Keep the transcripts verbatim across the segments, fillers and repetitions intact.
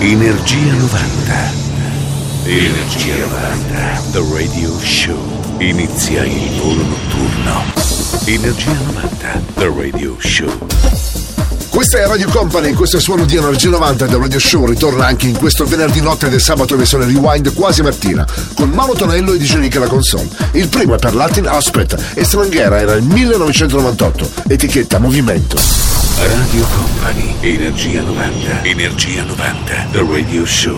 Energia novanta. Energia novanta. The Radio Show. Inizia il volo notturno. Energia novanta. The Radio Show. Questa è Radio Company, questo è il suono di Energia novanta del Radio Show. Ritorna anche in questo venerdì notte del sabato versione Rewind quasi mattina, con Mauro Tonello e D J Nick alla console. Il primo è per Latin Aspect e Stranghera, era il millenovecentonovantotto, etichetta Movimento. Radio Company, Energia novanta. Energia novanta, The Radio Show.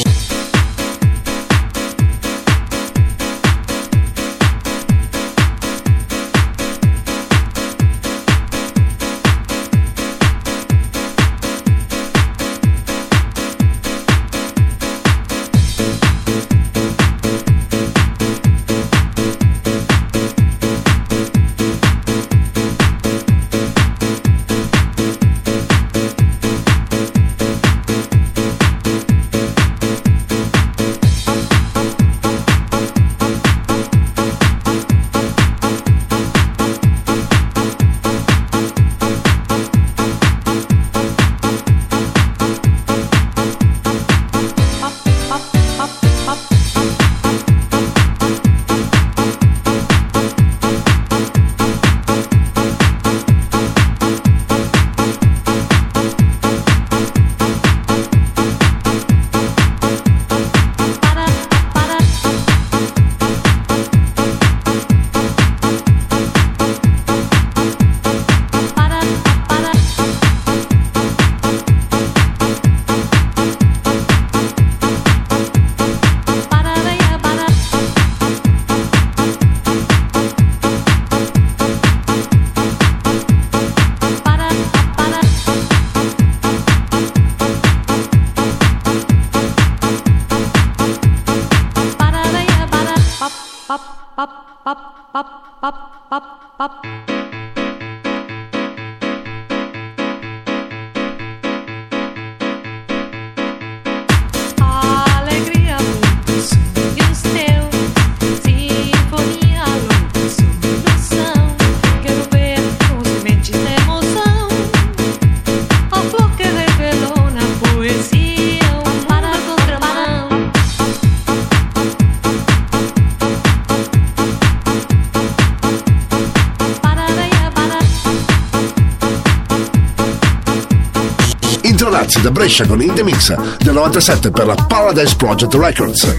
Da Brescia con In The Mix del novantasette per la Paradise Project Records.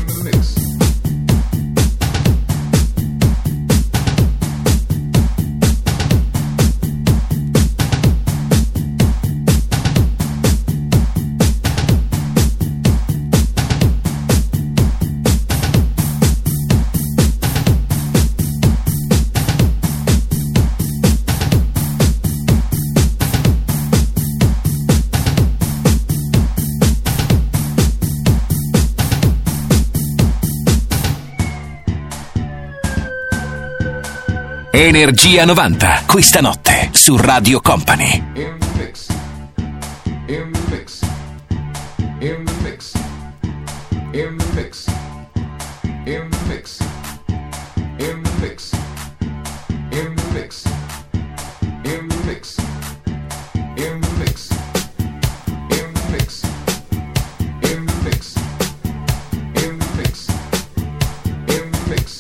Energia novanta, questa notte su Radio Company. In the mix, in the mix, in the mix, in the mix, in the mix, in the mix, in the mix, in the mix, in the mix, in the mix, in the mix, in the mix, in the mix.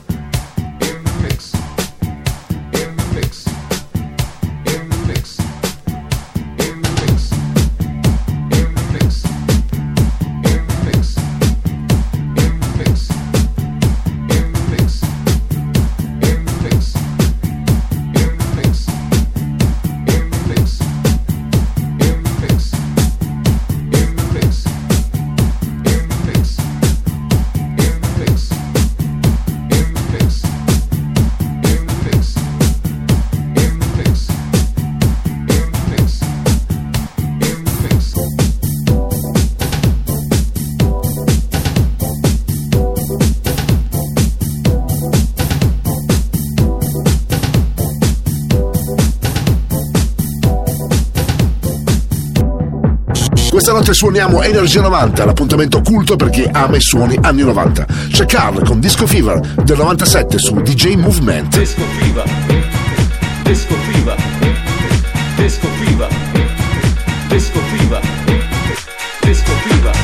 Questa notte suoniamo Energia novanta, l'appuntamento culto per chi ama i suoni anni novanta. C'è Carl con Disco Fever del novantasette su D J Movement. Disco Fever, Disco Fever, Disco Fever, Disco Fever, Disco Fever.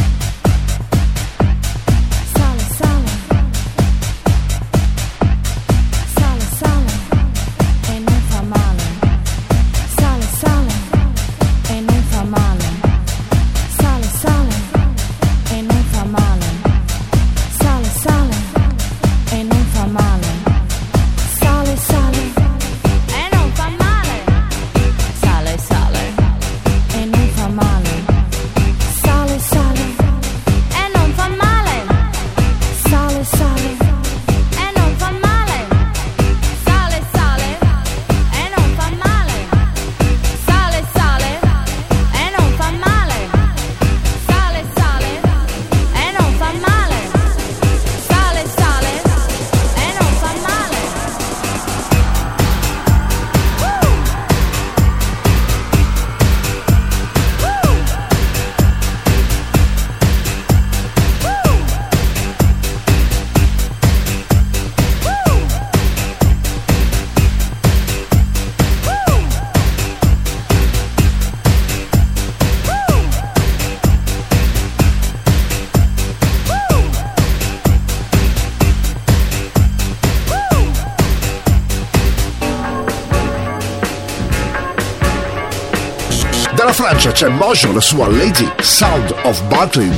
Dalla Francia c'è Mojo, la sua Lady Sound of Barclay.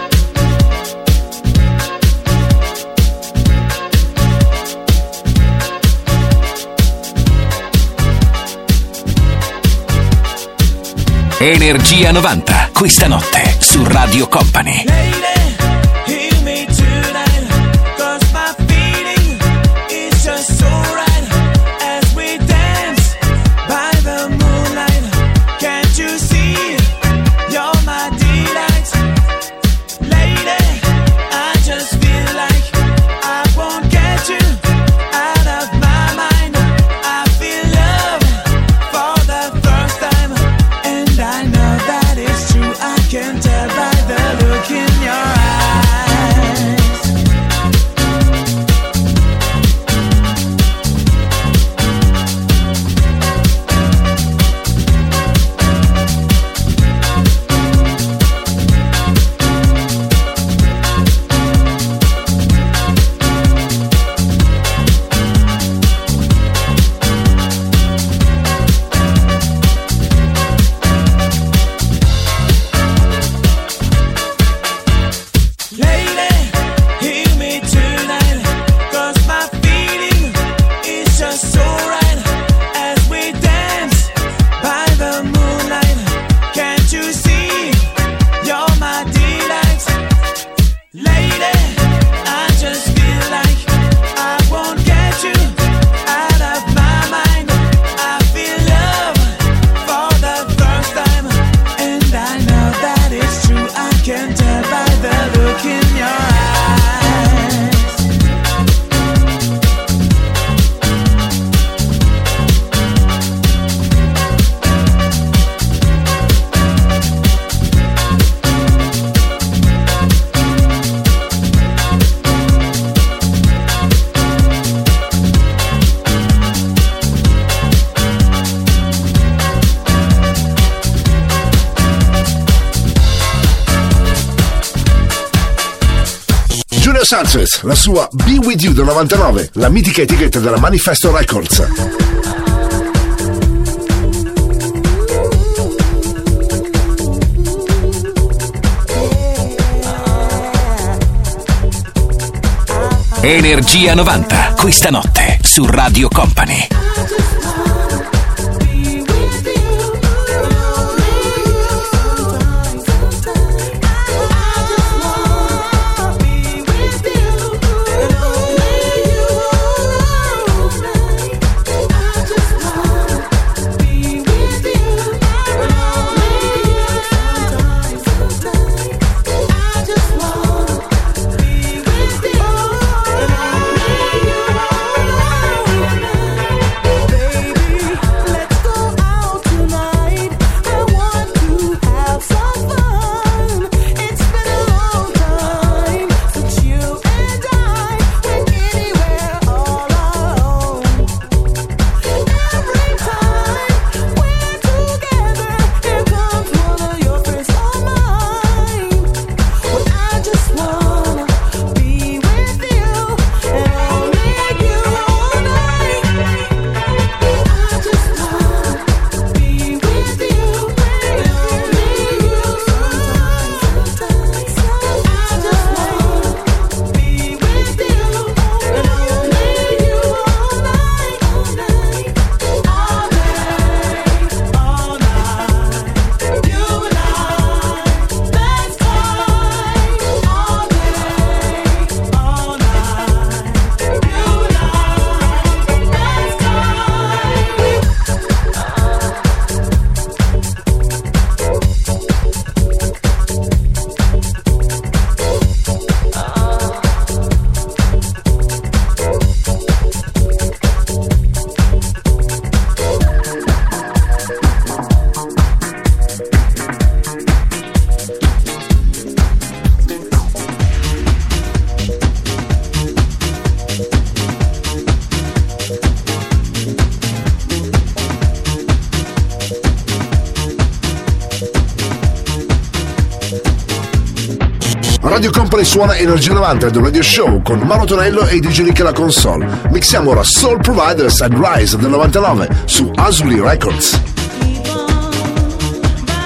Energia novanta, questa notte su Radio Company. Sanchez, la sua Be With You del novantanove, la mitica etichetta della Manifesto Records. Energia novanta, questa notte su Radio Company. Radio Company suona Energia novanta del Radio Show con Mauro Tonello e D J Nick alla console. Mixiamo ora Soul Providers and Rise del novantanove su Azuli Records. Keep on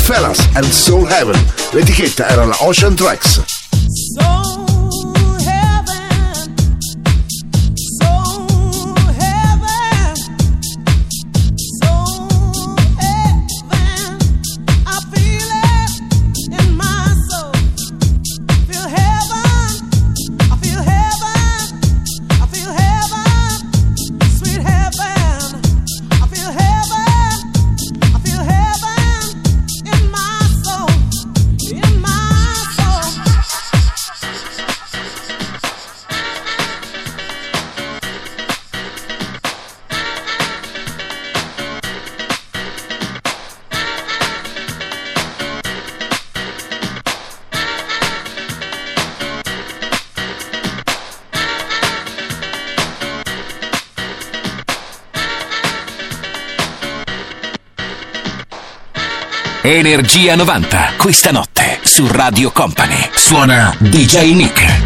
Goodfellas and Soul Heaven. L'etichetta era la Ocean Tracks. Energia novanta, questa notte su Radio Company. Suona D J Nick.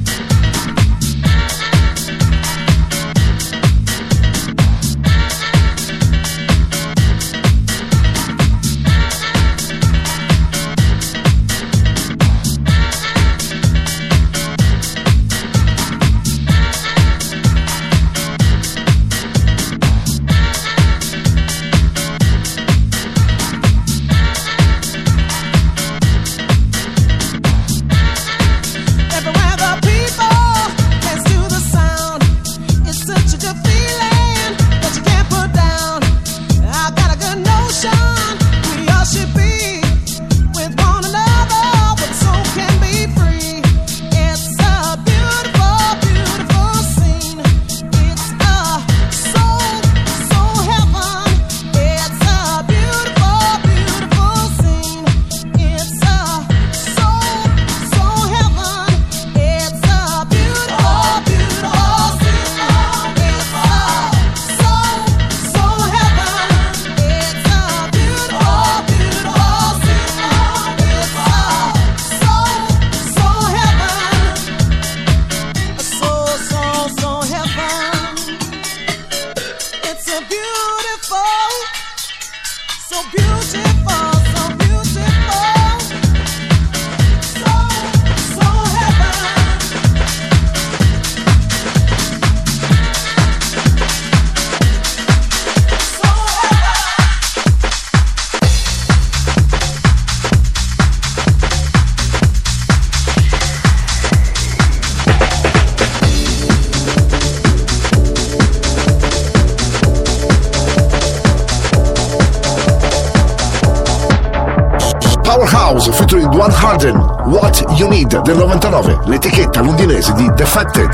Featuring Duane Harden, What You Need del novantanove, l'etichetta londinese di Defected.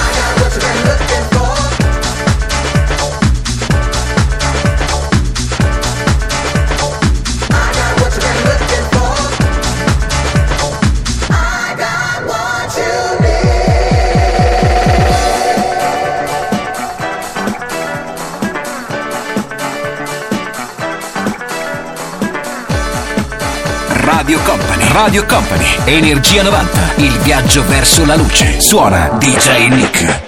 Radio Company, Radio Company, Energia novanta, il viaggio verso la luce. Suona D J Nick.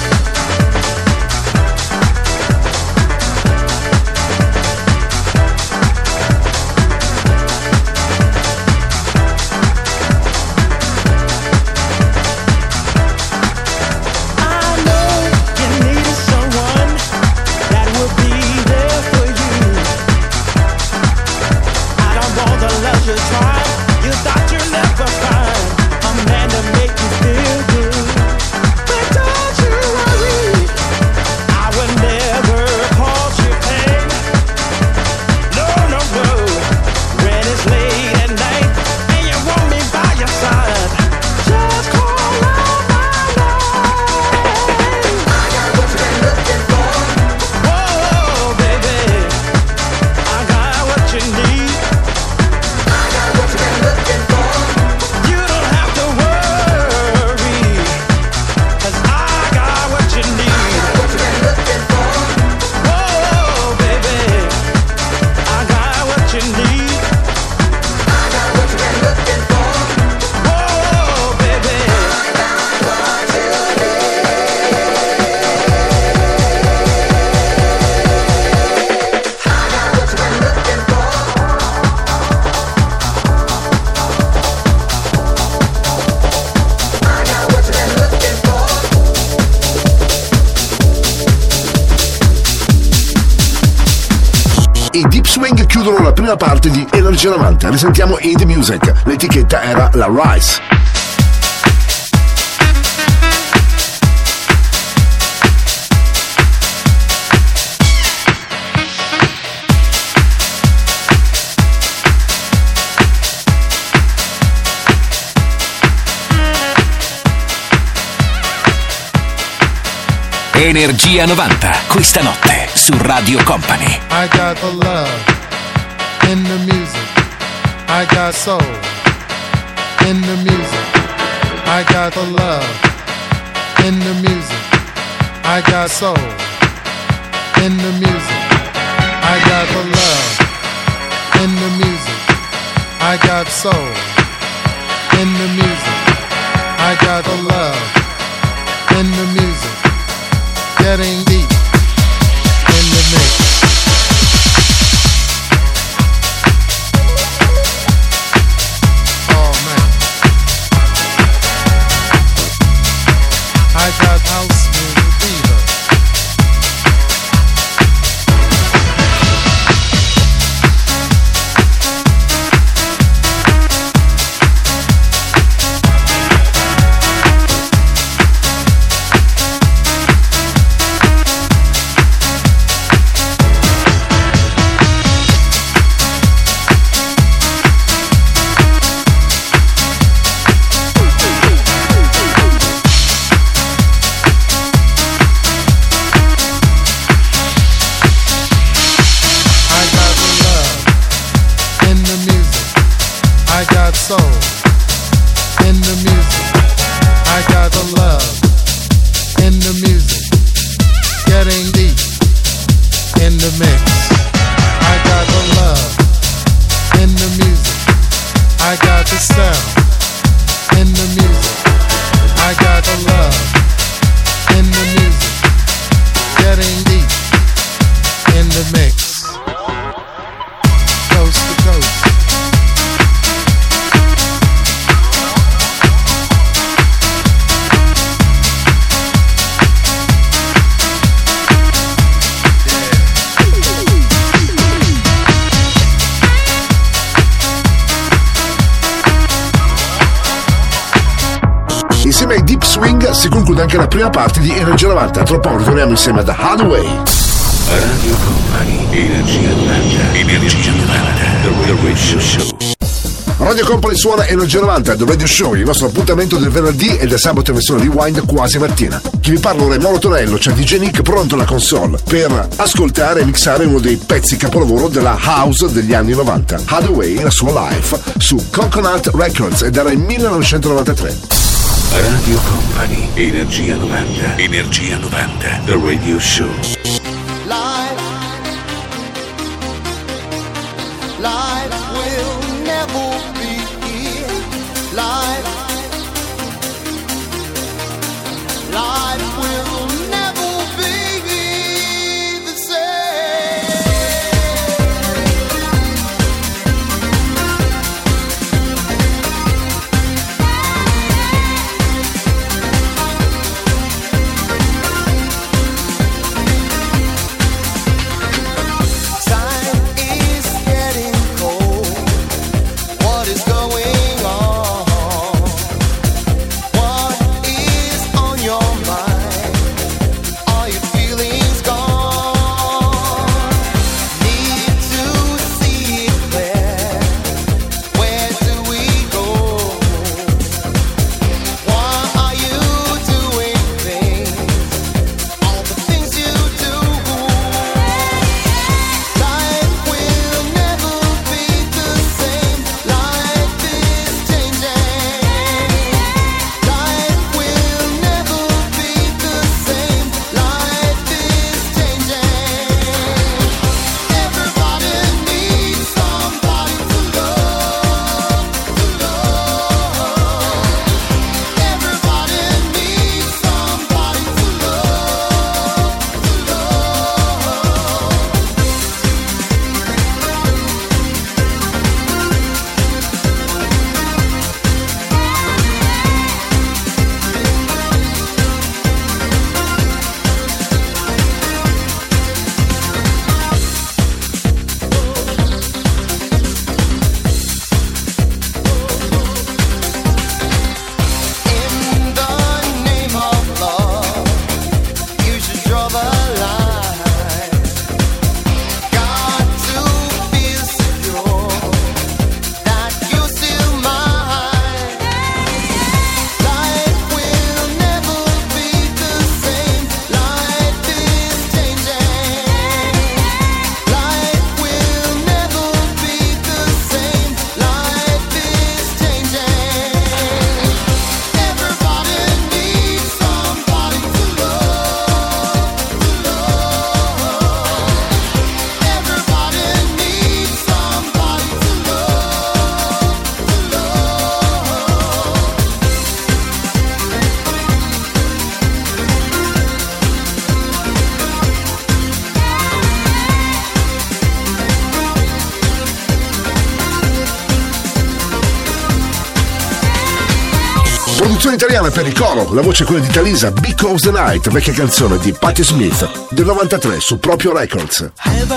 You thought you'd never find a man to make you feel good, but don't I Deep Swing chiudono la prima parte di Energia novanta. Risentiamo In The Music. L'etichetta era la Rise. Energia novanta, questa notte su Radio Company. I got the love in the music. I got soul in the music. I got the love in the music. I got soul in the music. I got the love in the music. I got soul in the music. I got the love in the music. Getting deep in the mix. Oh man, I got house music fever. Insieme ai Deep Swing si conclude anche la prima parte di Energia novanta. Tra poco torniamo insieme ad Hathaway. Radio Company, Energia novanta, Energia novanta, The Radio Show. Radio Company suona Energia novanta, The Radio Show, il nostro appuntamento del venerdì e del sabato in versione rewind quasi mattina. Chi vi parla ora è Mauro Tonello, c'è D J Nick pronto alla console per ascoltare e mixare uno dei pezzi capolavoro della house degli anni novanta. Hathaway, la sua live su Coconut Records ed era il millenovecentonovantatré. Radio Company, Energia novanta, Energia novanta, The Radio Show. Life, life will never be here. Life, life will never be the same. Time is getting cold. What is going on? Produzione italiana per il coro, la voce è quella di Talisa, Because the Night, vecchia canzone di Patti Smith del novantatré su Proprio Records.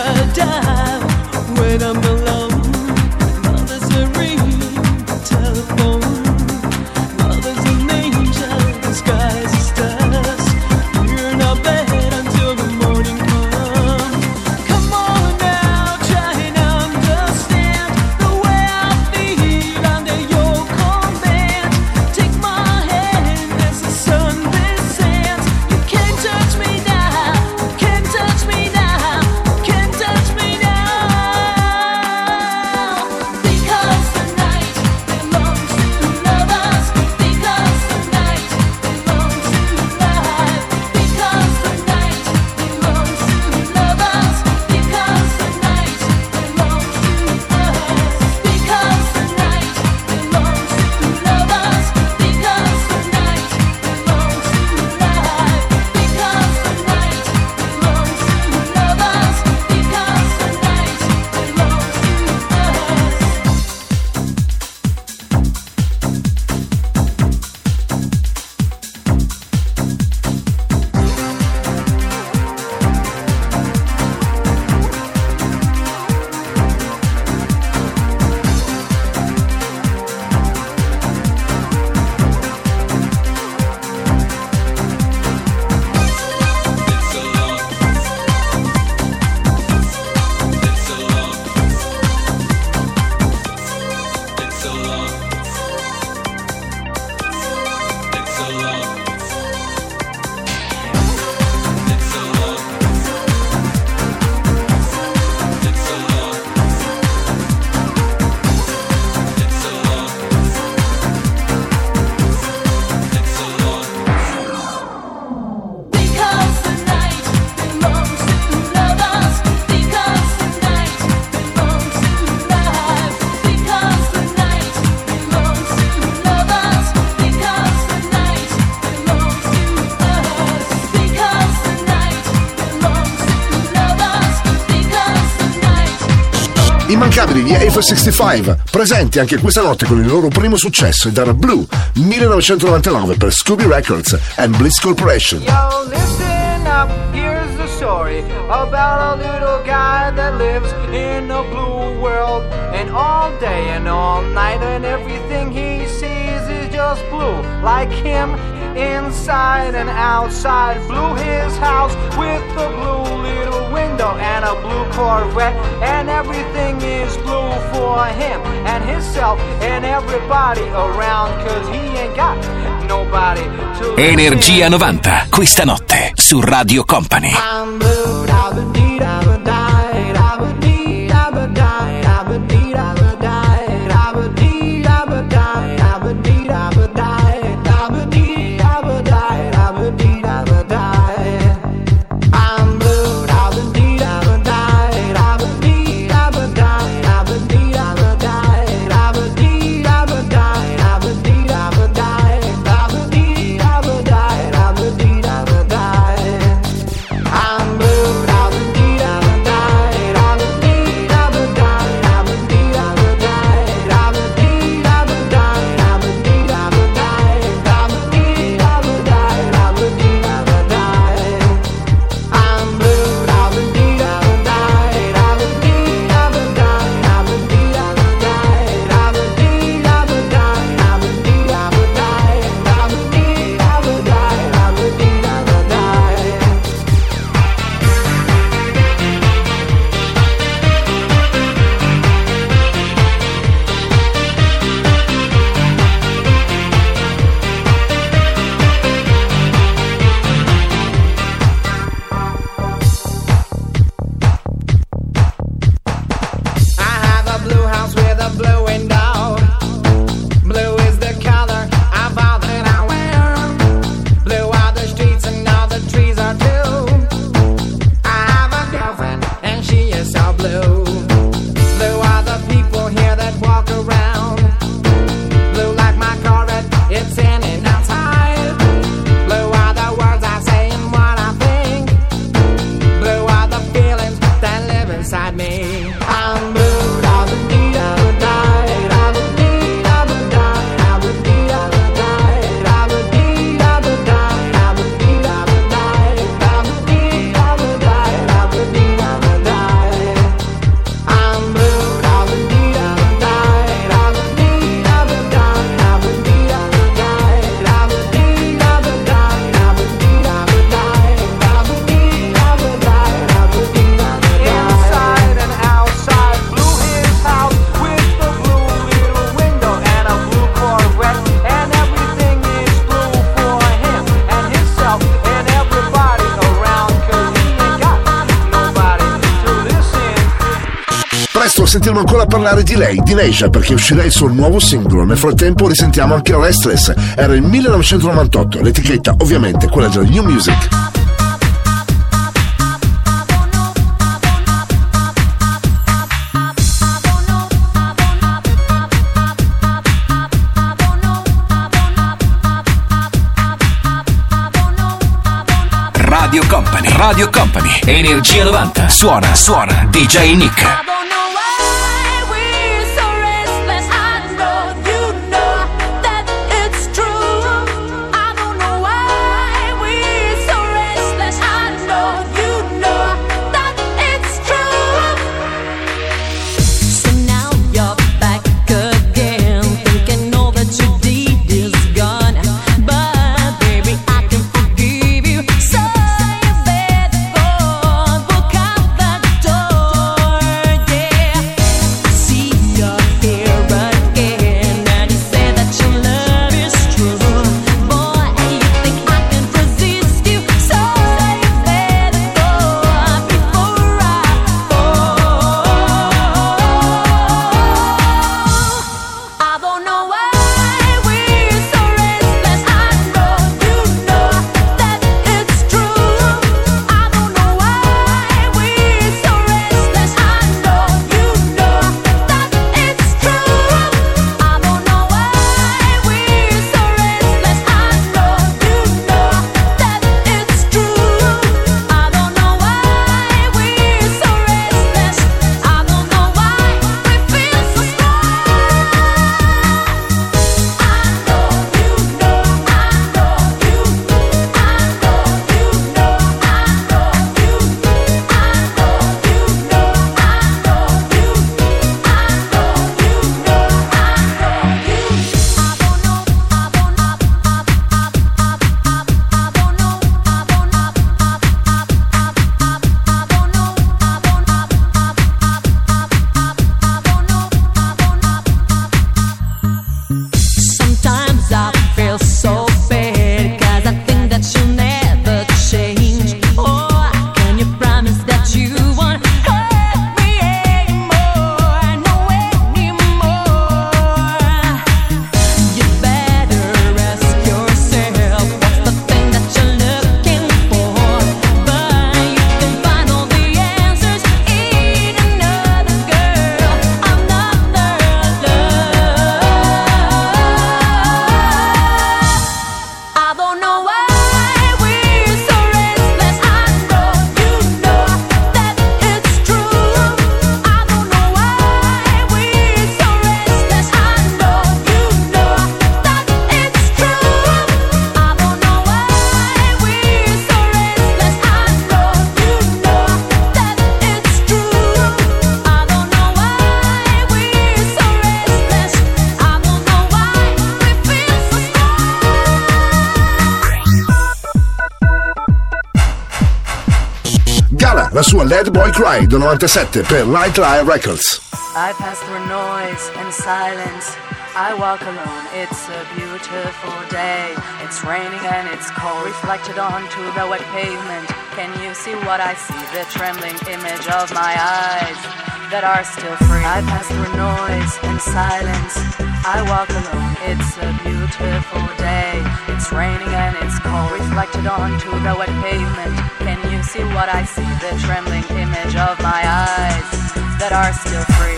Immancabili gli A sessantacinque, presenti anche questa notte con il loro primo successo, ed era Blue millenovecentonovantanove per Scooby Records and Bliss Corporation. Yo, listen up, here's the story about a little guy that lives in a blue world, and all day and all night and everything he sees is just blue, like him inside and outside. Blue his house with a blue little window and a blue Corvette, and everything is blue for him and himself and everybody around, cause he ain't got nobody to Energia novanta, questa notte su Radio Company. I'm blue, da ba dee da ba die, da ba dee da ba die, da ba dee da ba die, da ba dee da ba die, da ba dee da ba die, da ba dee da ba die, da ba dee da ba die. I'm blue, da ba dee da ba die, da ba dee da ba die, da ba dee da ba die, da ba dee da ba die, da ba dee da ba die, da ba dee da ba die, da ba dee da ba die. I'm blue, da ba dee da ba die, da ba dee da ba die, da ba dee da ba die, da ba dee da ba die, da ba dee da ba die, da ba dee da ba die, da ba dee da ba die. I'm blue, da ba dee da ba die, da ba dee da ba die, da ba dee da ba die, da ba dee da ba die, da ba dee da ba die, da ba dee da ba die, da ba dee da ba die. I have a blue house with a blue window. Blue is the color of all that I wear. Blue are the streets and all the trees are too. I have a girlfriend and she is so blue. Blue are the people here that walk around. Blue like my Corvette, it's in and outside. Blue are the words I say and what I think. Blue are the feelings that live inside me. I'm blue, da ba dee da ba die, da ba dee da ba die, da ba dee da ba die, da Adesso sentiremo ancora parlare di lei, di Neja, perché uscirà il suo nuovo singolo. Nel frattempo risentiamo anche Restless. Era il millenovecentonovantotto, l'etichetta ovviamente quella della New Music. Radio Company, Radio Company, Energia novanta, suona, suona, D J Nick. la sua Let Boy Cry del novantasette per Light Line Records. I pass through noise and silence. I walk alone, it's a beautiful day. It's raining and it's cold, reflected onto the wet pavement. Can you see what I see? The trembling image of my eyes that are still free. I pass through noise and silence. I walk alone, it's a beautiful day. It's raining and it's cold, reflected onto the wet pavement. Can you see what I see? The trembling image of my eyes that are still free.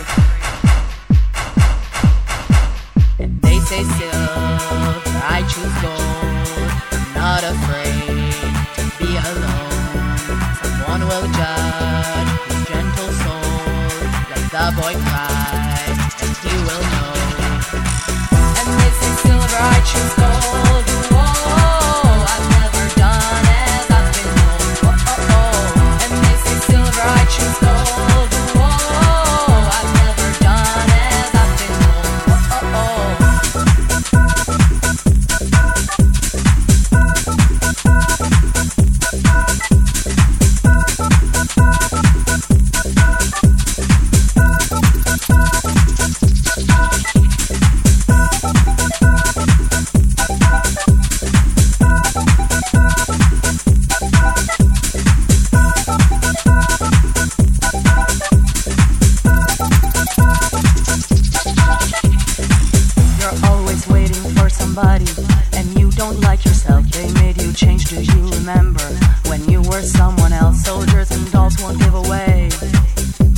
And they say silver, I choose gold. I'm not afraid to be alone. Someone will judge his gentle soul. Let the boy cry, and he will know. And they say silver, I choose gold. Whoa, I've never done as I've been told. Oh, oh, oh. And they say silver, I choose gold. Whoa, I've never done as I've been told. Oh, oh, oh.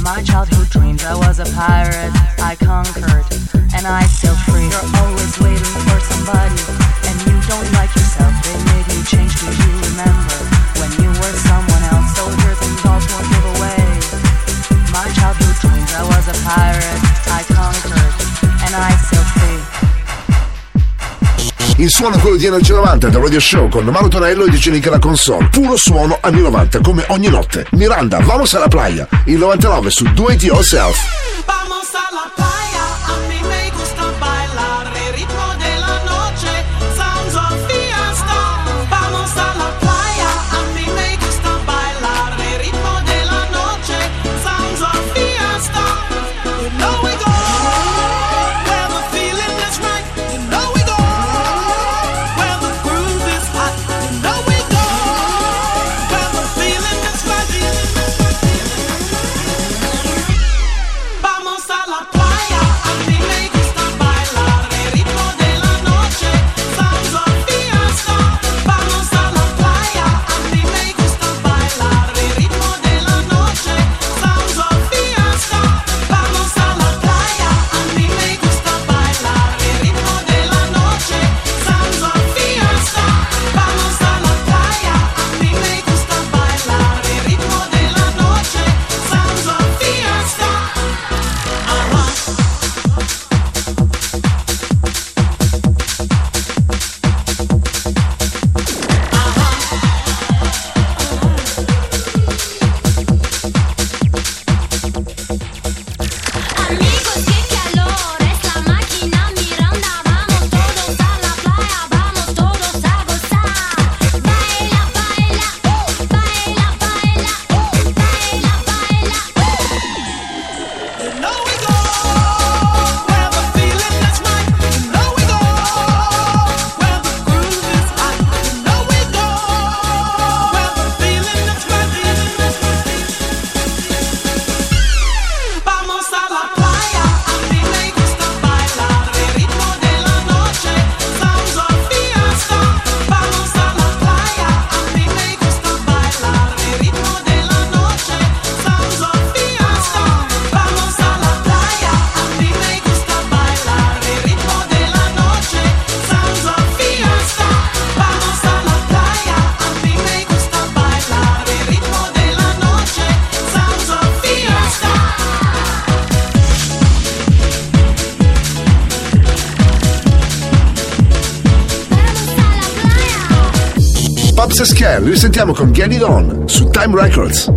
My childhood dreams, I was a pirate, I conquered, and I sailed free. You're always waiting for somebody, and you don't like yourself. They made you change, do you remember? When you were someone else, soldiers and dolls won't give away. My childhood dreams, I was a pirate, I conquered, and I sailed free. Il suono è quello di Energia novanta del Radio Show con Manu Tonello e D J Nick alla console. Puro suono anni novanta come ogni notte. Miranda, vamos a la playa. Il novantanove su Do It Yourself. Vamos a la playa, a mí me gusta bailar el ritmo de la noche, sounds of fiesta. Vamos a la playa, a mí me gusta bailar el ritmo de la noche, sounds of fiesta. You know we go where the feeling is right. You know we go where the groove is hot. You know we go where the feeling is right. Vamos a la playa, a mí me gusta bailar el ritmo de la noche, sounds of fiesta. Vamos a la playa, a mí me gusta bailar el ritmo de la noche, sounds of fiesta. Vamos a la playa, a mí me gusta bailar el ritmo de la noche, sounds of fiesta. Vamos a la playa, a mí me gusta bailar el ritmo de la noche, sounds of fiesta. Amigos, qué calor, es la máquina Miranda. Vamos todos a la playa, vamos todos a gozar. Baila, baila, uh, baila, baila, uh, baila, baila, uh. You know we go where the feeling is right. You know we go where the groove is hot. You know we go where the feeling is right. Vamos a la playa, a mí me gusta bailar el ritmo de la noche, sounds of fiesta. Vamos a la playa, a mí me gusta bailar el ritmo de la noche, sounds of fiesta. Vamos a la playa, a mí me gusta bailar el ritmo de la noche, sounds of fiesta. Vamos a la playa, a mí me gusta bailar el ritmo de la noche, sounds of fiesta. Pops e Scare, li risentiamo con Get It On su Time Records.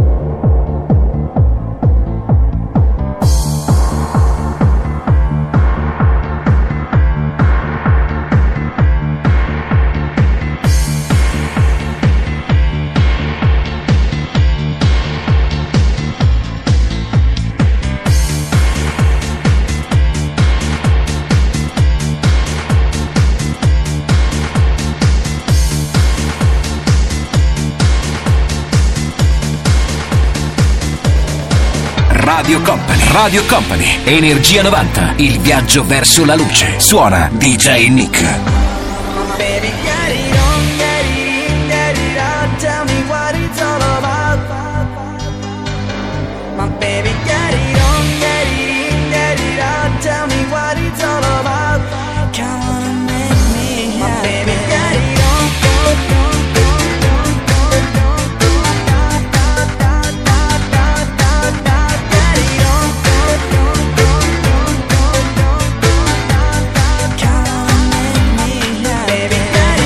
Radio Company, Radio Company, Energia novanta, il viaggio verso la luce. Suona D J Nick. Baby, get it on, get it in, get it out. Tell me what it's all about. My baby, get it on, get it in, get it out. Tell me what it's all about. Come on and make me happy. My baby, get it on. Baby,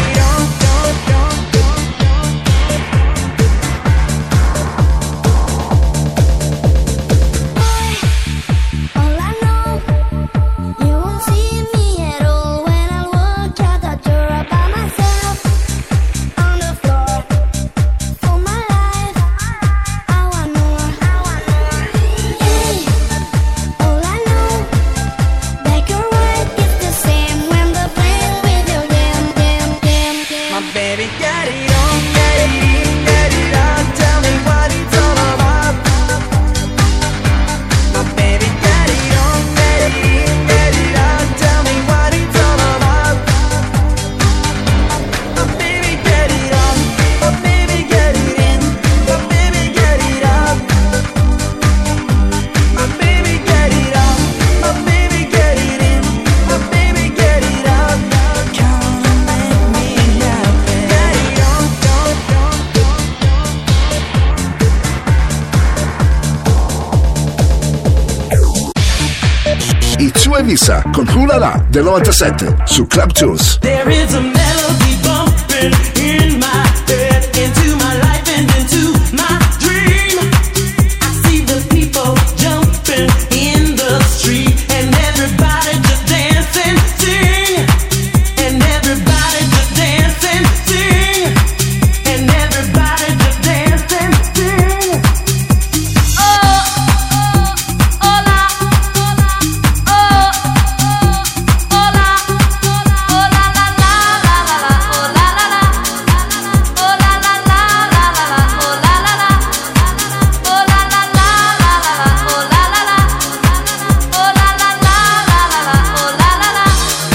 It's You e Visa con Hula La del novantasette su Club Tunes. There is a melody bumping in my head, into my life and into my dream. I see the people jumping in the street and everybody just dance and sing. And everybody just dance and sing. And everybody just dance and sing. Oh, hola, oh, hola, oh la la la la la, oh la la la, oh la la la la la, oh la la la, oh la la la la la, oh la la la, oh la la la la la, oh la la la.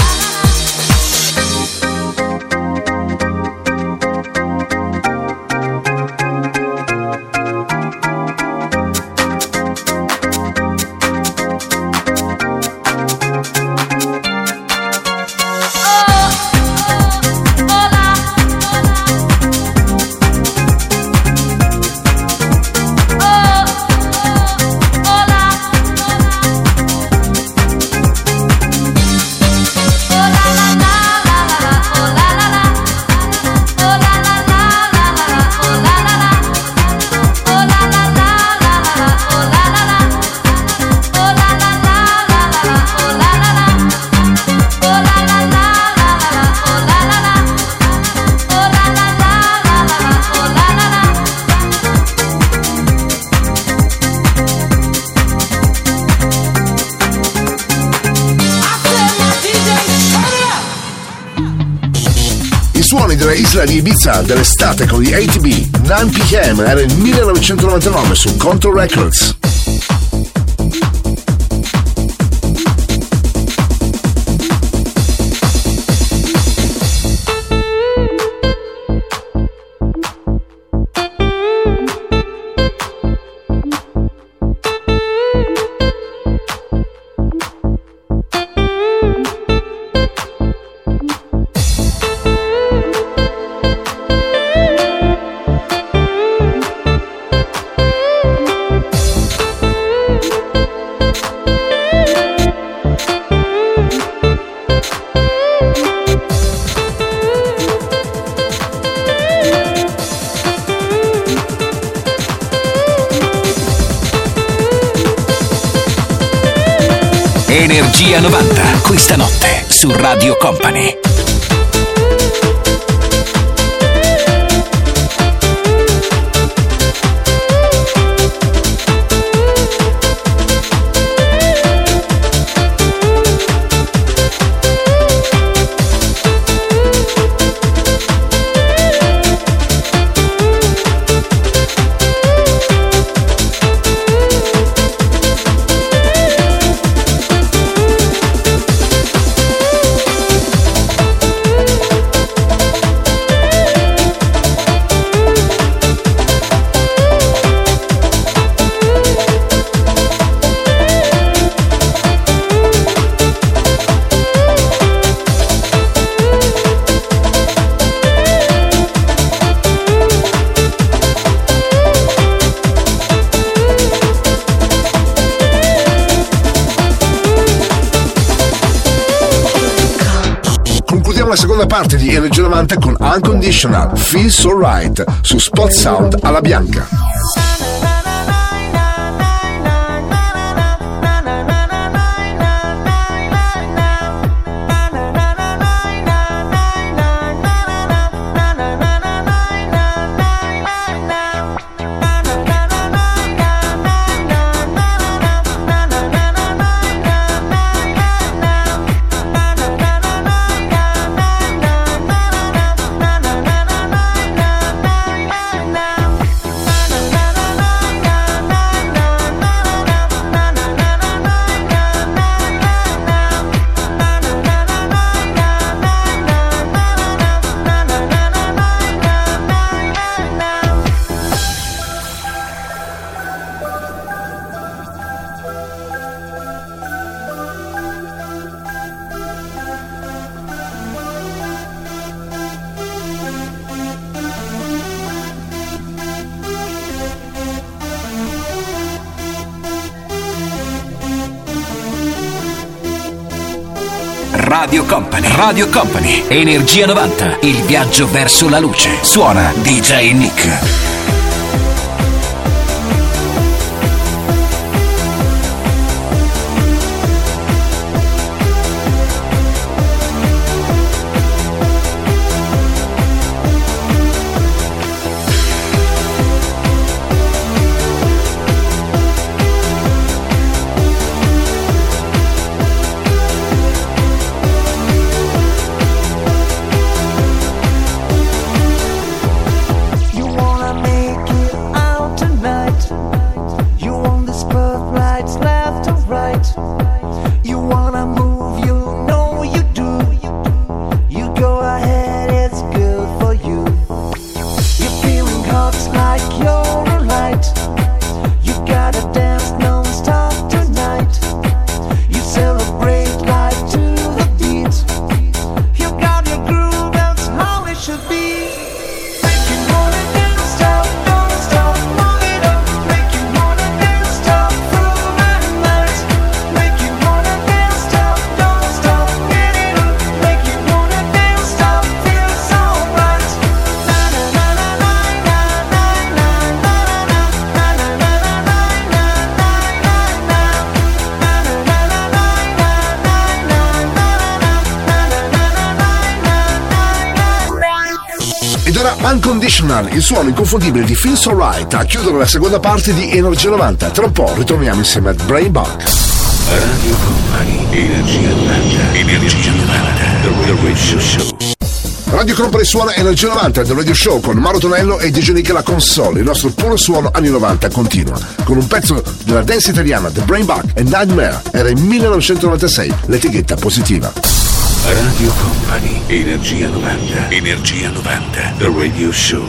I suoni delle isole di Ibiza dell'estate con gli A T B, nove p m era il millenovecentonovantanove su Control Records. Energia novanta, questa notte su Radio Company. La seconda parte di Energia novanta con Unconditional, Feel So Right su Spot Sound alla Bianca. Now Radio Company. Radio Company. Energia novanta. Il viaggio verso la luce. Suona D J Nick. Unconditional, il suono inconfondibile di Feels Alright a chiudere la seconda parte di Energia novanta. Tra un po' ritorniamo insieme a Brain Bug. Radio Company, Energia novanta, Energia novanta, The Radio Show. Radio Company suona Energia novanta, The Radio Show, con Mauro Tonello e D J Nick alla console. Il nostro puro suono anni novanta continua con un pezzo della dance italiana The Brain Bug e Nightmare. Era il millenovecentonovantasei, l'etichetta positiva. Radio Company, Energia novanta, Energia novanta, The Radio Show.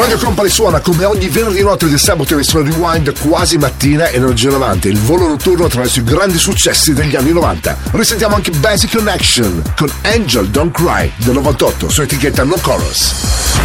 Radio Company suona come ogni venerdì notte del sabato versione Rewind quasi mattina Energia novanta, il volo notturno attraverso i grandi successi degli anni novanta. Risentiamo anche Basic Connection con Angel Don't Cry del novantotto su etichetta No Colors.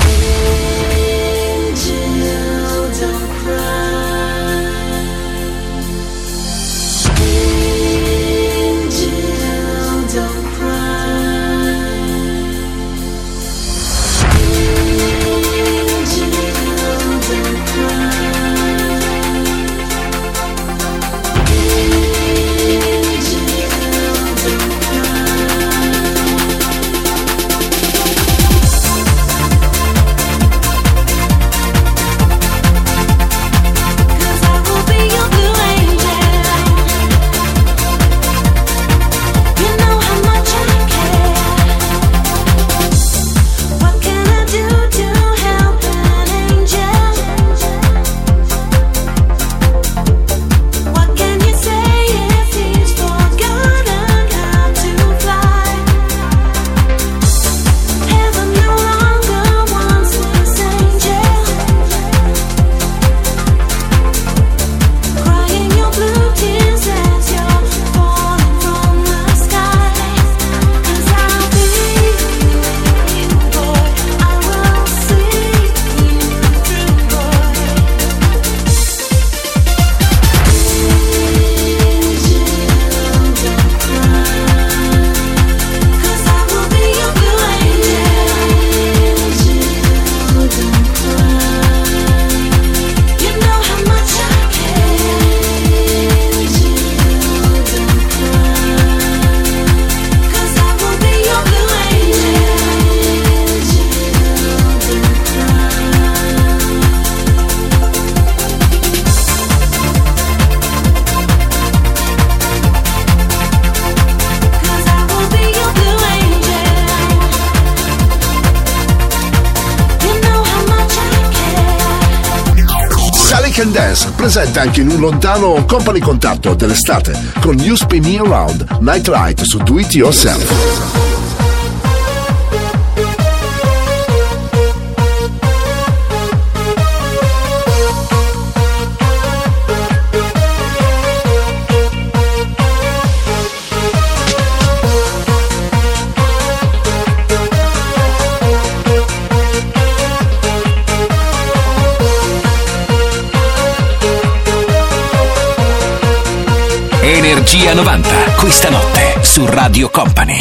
Can Dance presente anche in un lontano company contatto dell'estate con You Spin Me Around Night Light su Do It Yourself. Energia novanta, questa notte su Radio Company.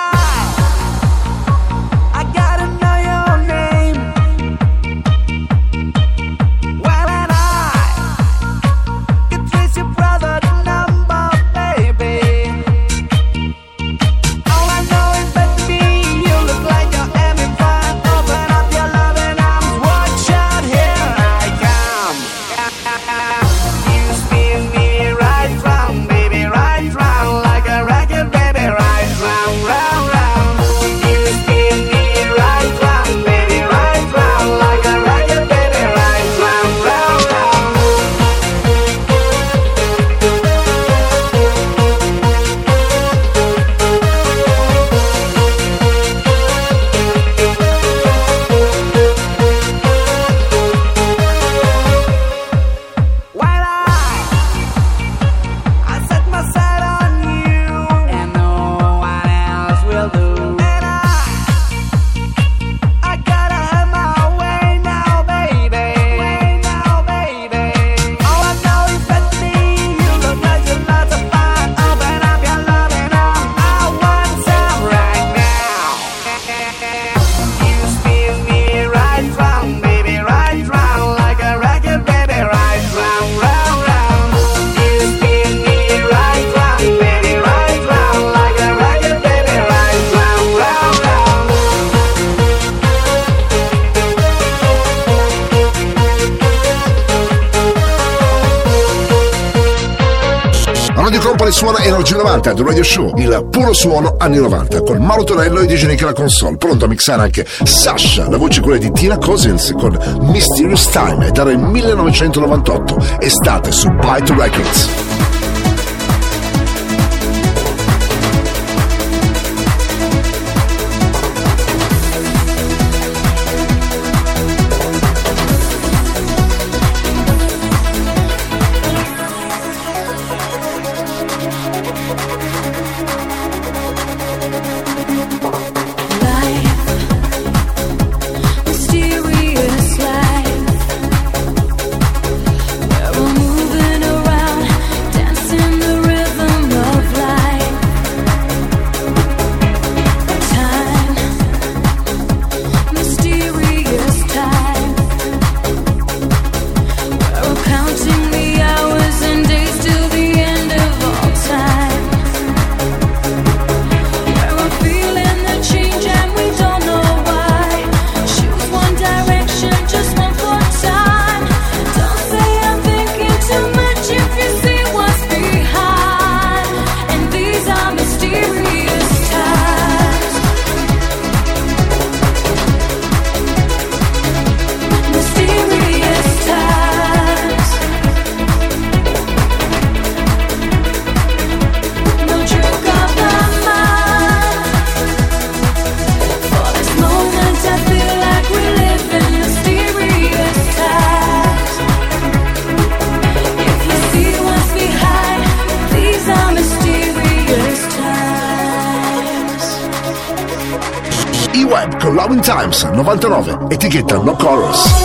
Suona Energia novanta The Radio Show, il puro suono anni novanta con Mauro Tonello e D J Nick alla console, pronto a mixare anche Sasha, la voce quella di Tina Cousins con Mysterious Time, dal millenovecentonovantotto, estate su Byte Records. E-Web con Loving Times novantanove, etichetta No Chorus.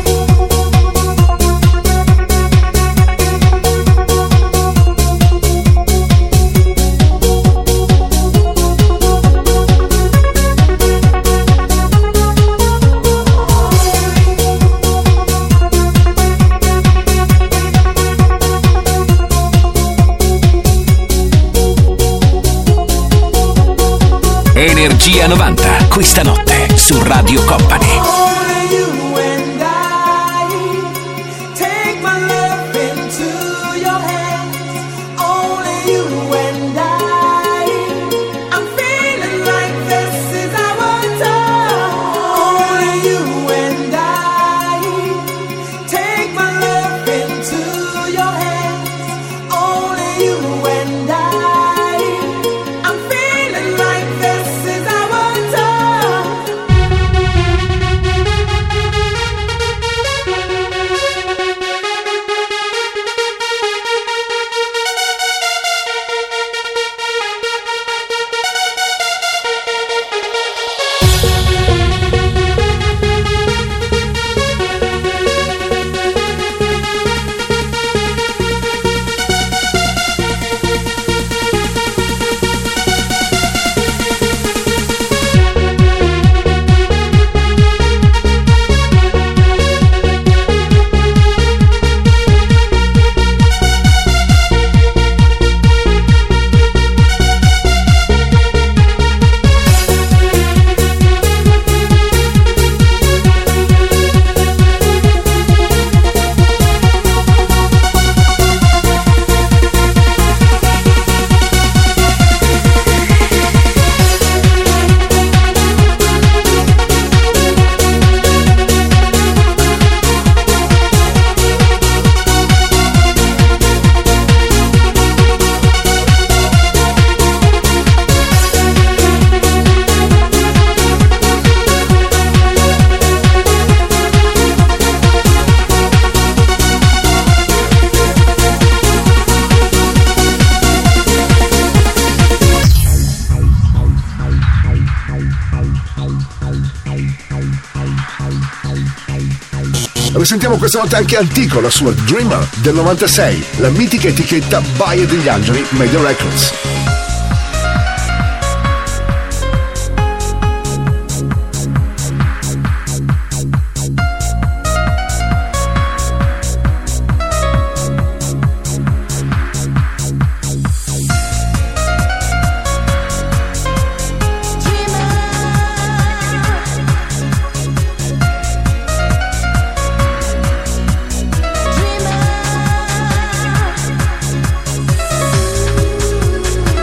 Energia novanta, questa notte su Radio Company. Only you and I take my love into your hands. Only you and I. I'm feeling like this is our time. Only you and I take my love into your hands. Only you and I. I'm feeling like this is our time. Risentiamo questa volta anche Antico, la sua Dreamer del novantasei, la mitica etichetta Baia degli Angeli Media Records. Dreamer.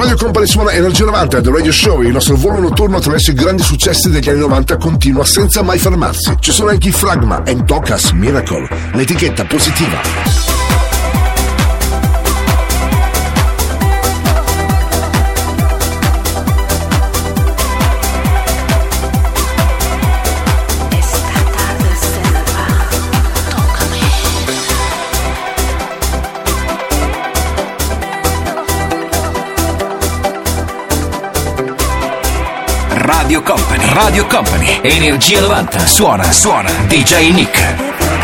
Radio Company suona Energia novanta The Radio Show. Il nostro volo notturno attraverso i grandi successi degli anni novanta continua senza mai fermarsi. Ci sono anche i Fragma and Tocas Miracle, l'etichetta positiva. Radio Company, Radio Company, Energia novanta, suona, suona, D J Nick.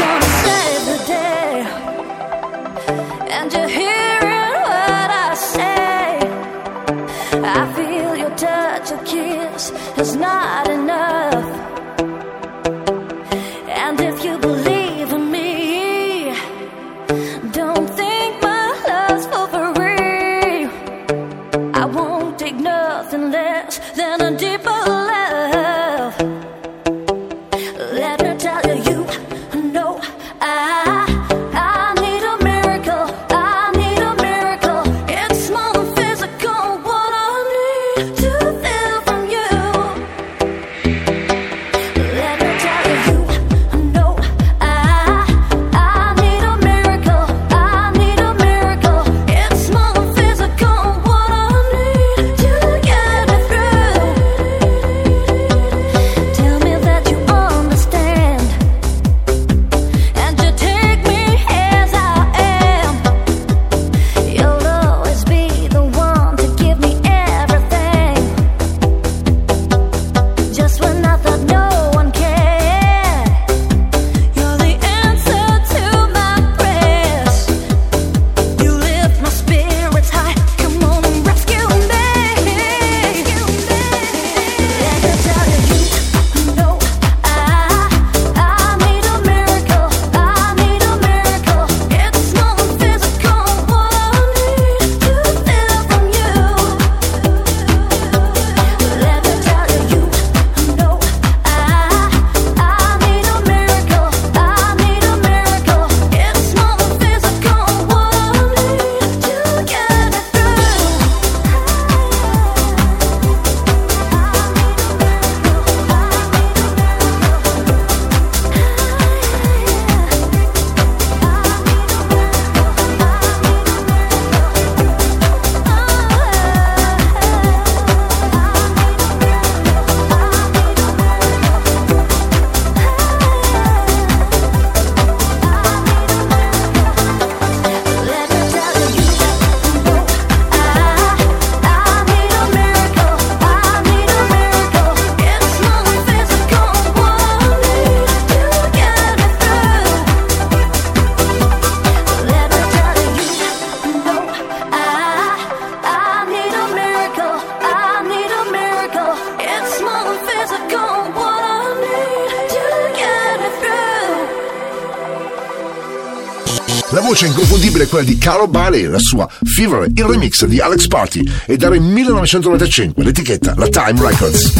La voce inconfondibile è quella di Carol Bailey, la sua Fever, il remix di Alex Party, e dal millenovecentonovantacinque l'etichetta La Time Records.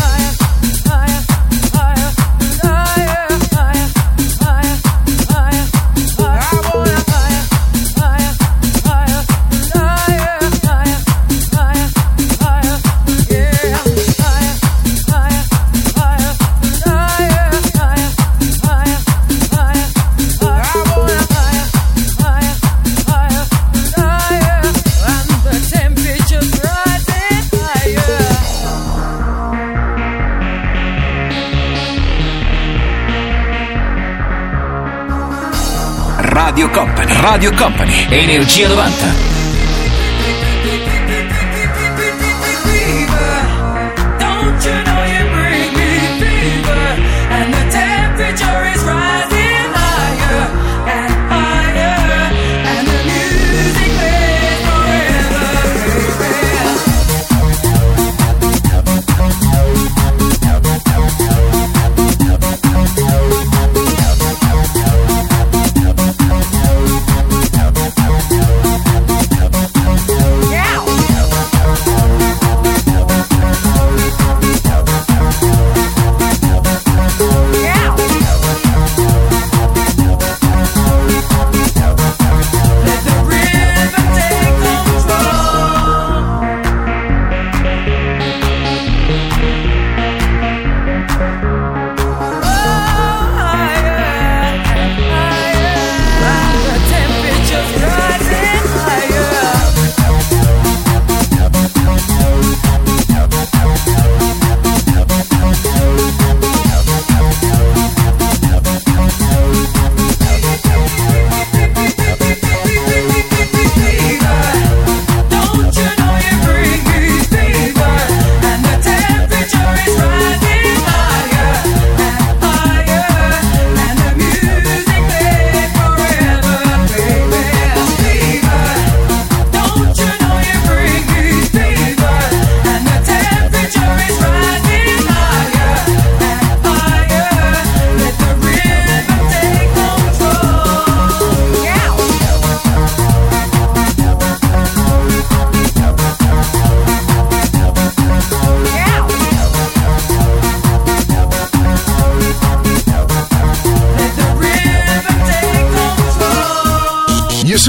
Radio Company, Radio Company, Energia novanta.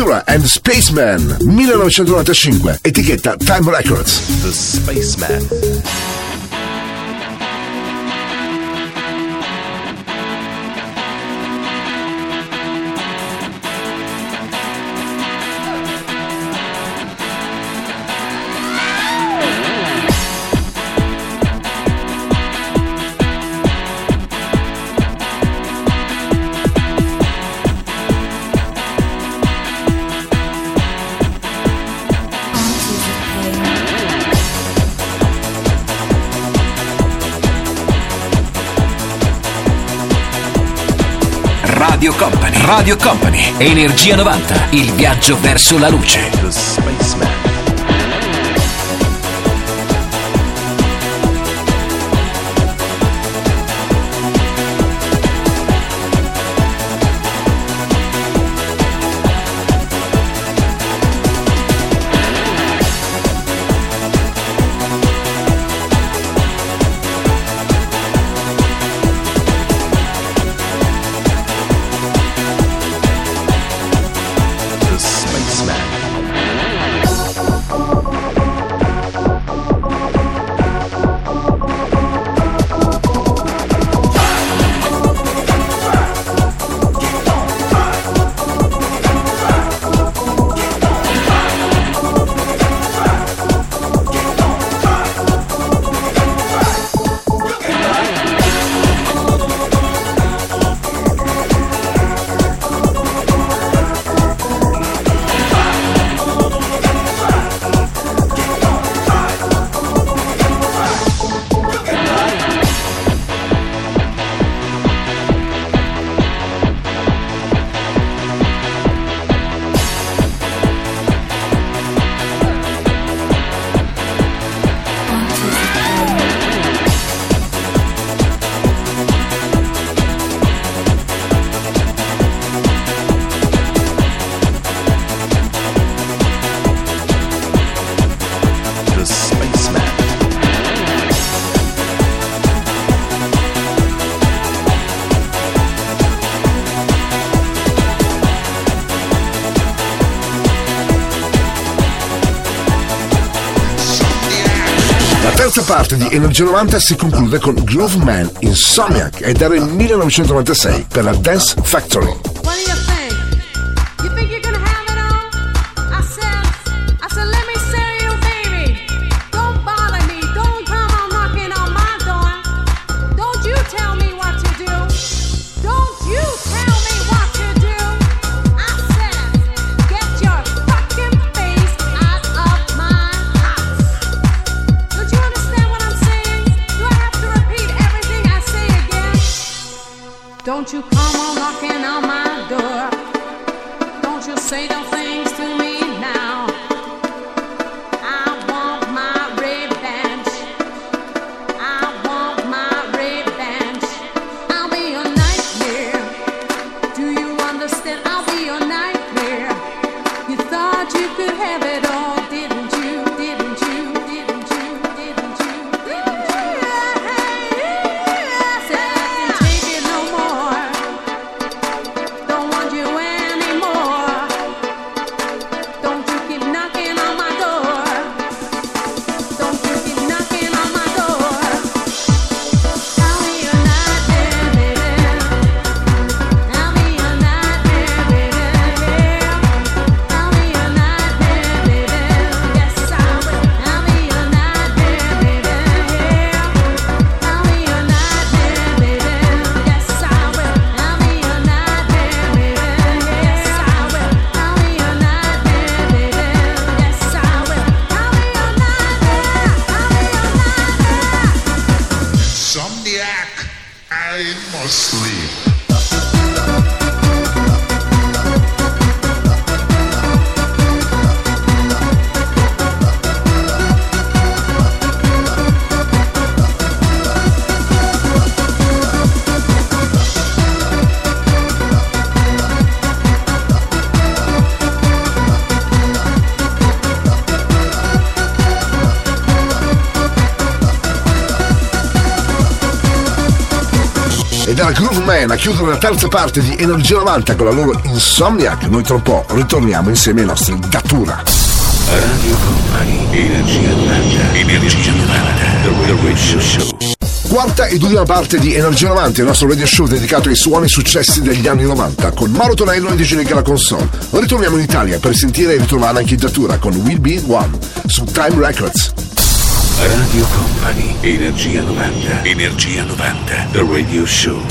Missouri and Spaceman, millenovecentonovantacinque, etichetta Time Records. The Spaceman. Radio Company, Radio Company, Energia novanta, il viaggio verso la luce. The Spaceman. La terza parte di Energia novanta si conclude con Groove Man Insomniac ed era il millenovecentonovantasei per la Dance Factory. What do you think? You think you're gonna have it all? I said, I said, let me say you, baby. Don't bother me. Don't come on knocking on my door. Don't you tell me what to do. Don't you tell me what to do. I said, get your fucking face out of my house. Don't you understand what I'm saying? Do I have to repeat everything I say again? Don't you come on knocking on my door. Don't you say no things to me now. I want my revenge. I want my revenge. I'll be your nightmare. Do you understand? I'll be your nightmare. You thought you could have it all, didn't you? Didn't you? Didn't you? Didn't you? Didn't you? Said I can take it no more. Don't want you anymore. Don't you keep knocking on my door. Don't you keep knocking on my door. I'll be your nightmare, baby. I'll be your nightmare, baby. I'll be your nightmare, baby. Yes, I will. I'll be your nightmare, baby. I'll be your nightmare, baby. Yes, I will. I'll be your nightmare, baby. Yes, I will. I'll be your nightmare, baby. Yes, I will. I'll be your nightmare. I'll be your nightmare. Insomniac, I must sleep. Ed era Groove Man a chiudere la terza parte di Energia novanta con la loro Insomniac. Noi tra un po' ritorniamo insieme ai nostri Datura. Radio Company, Energia novanta, Energia novanta, The Radio Show. Quarta ed ultima parte di Energia novanta, il nostro radio show dedicato ai suoni successi degli anni novanta, con Mauro Tonello e D J Nick alla console. Ritorniamo in Italia per sentire e ritrovare anche in Datura con Will Be One su Time Records. Radio Company, Energia novanta, Energia novanta, The Radio Show.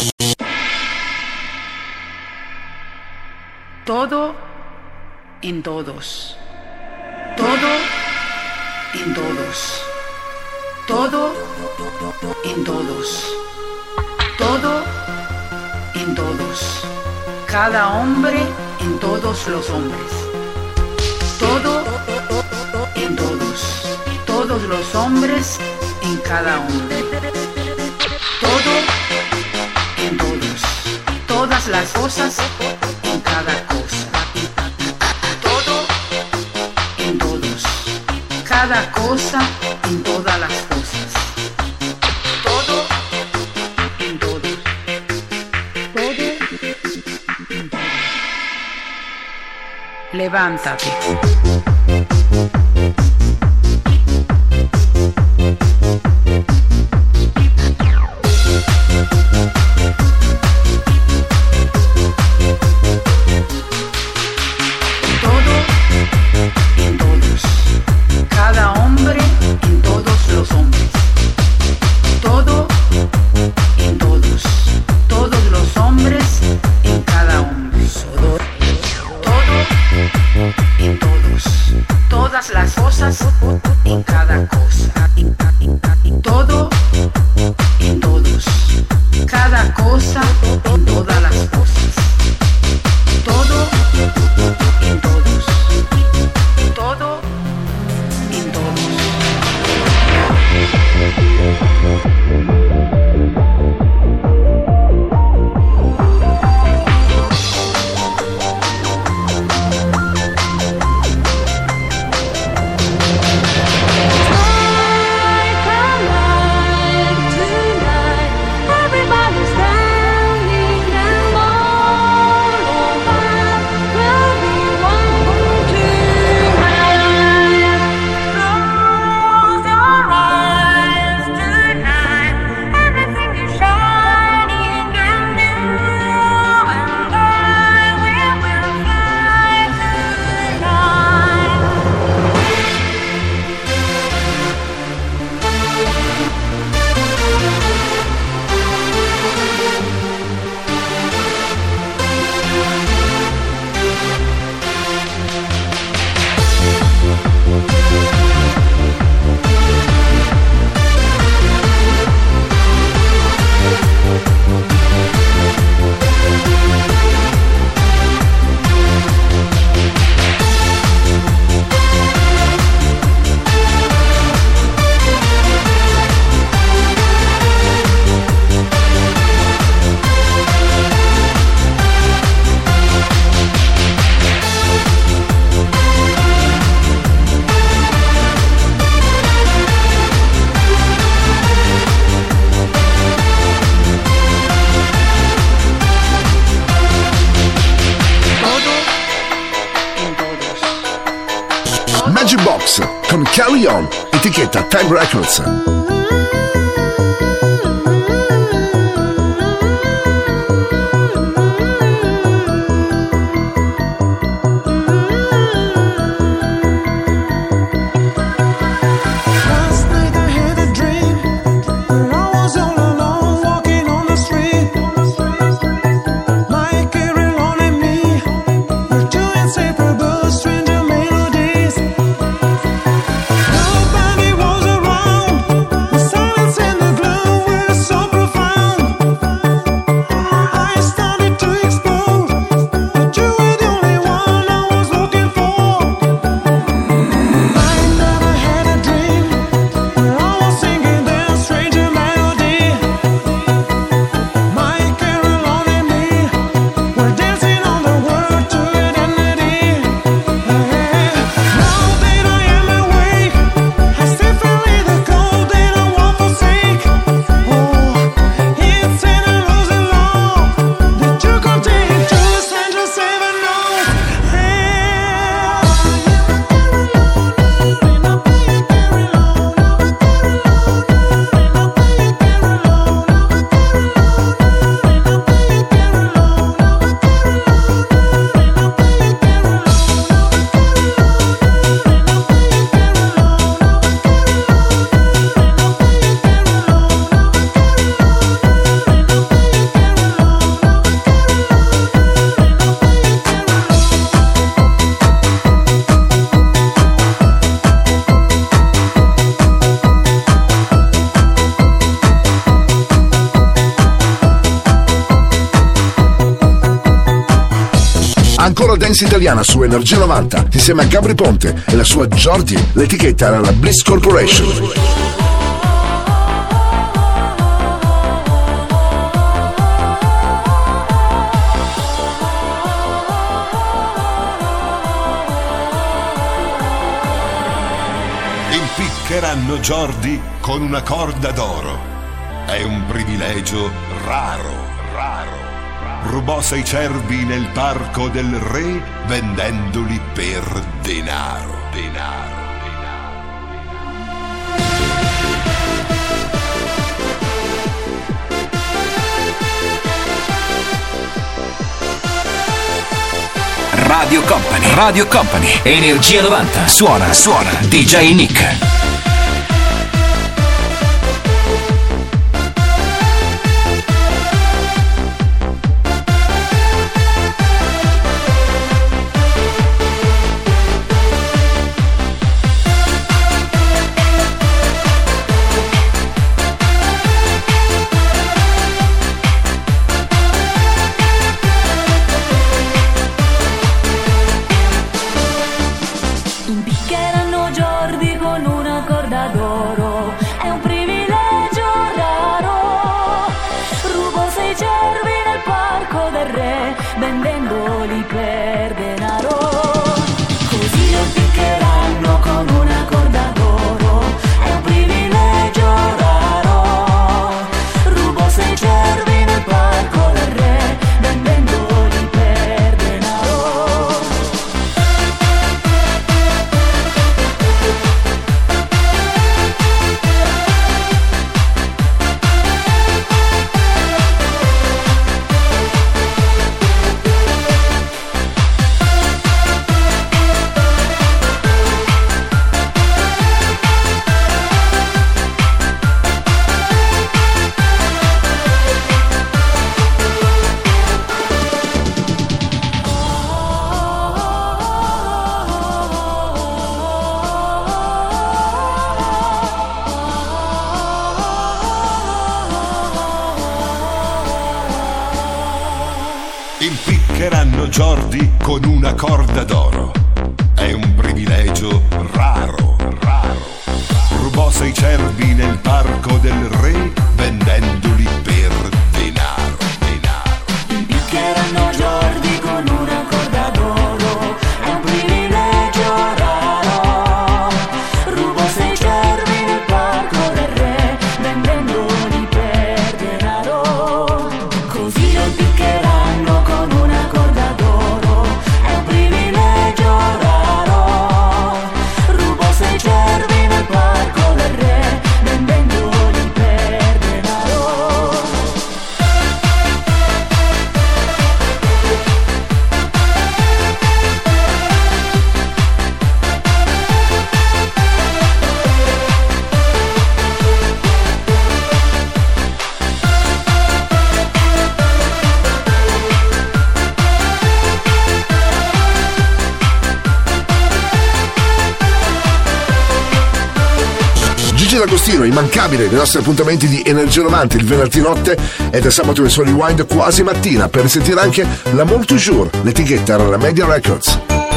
Todo en todos. Todo en todos. Todo en todos. Todo en todos. Cada hombre en todos los hombres. Todo en todos. Todos los hombres en cada hombre. Todo en todos. Todas las cosas en cada cosa. Todo en todos. Cada cosa en todas las cosas. Todo en todos. Todo en todos. Levántate. Las cosas en cada cosa. Todo en todos. Cada cosa en todas las cosas. Todo en todos. Todo en todos. Magic Box con Carry On, etichetta Time Records. Nobody was around. Ancora dance italiana su Energia novanta, insieme a Gabri Ponte e la sua Jordi, l'etichetta era la Bliss Corporation. Impiccheranno Jordi con una corda d'oro. È un privilegio raro, raro. Rubò sei cervi nel parco del re vendendoli per denaro, denaro. Radio Company, Radio Company, Energia novanta, suona, suona, D J Nick. Impiccheranno Jordi con una corda d'oro, è un privilegio raro. Rubo sei cervi nel parco del re, vendendoli per denaro. Così lo impiccheranno con una corda d'oro, è un privilegio raro. Rubo sei cervi nel parco del re, vendendoli per denaro. Impiccheranno Jordi con una corda d'oro. È un privilegio raro, raro. Rubò sei cervi nel parco del re vendendoli per denaro, denaro. Impiccheranno Jordi con una corda d'oro, è un privilegio raro. Rubo sei cervi nel parco del re, vendendoli per denaro. Così lo impiccheranno con una corda d'oro, è un privilegio raro. Rubo sei cervi nel parco del re, vendendoli per denaro. Gigi D'Agostino, immancabile nei nostri appuntamenti di Energia novanta il venerdì notte ed è sabato il suo rewind quasi mattina per sentire anche l'Amour Toujours, l'etichetta era la Media Records.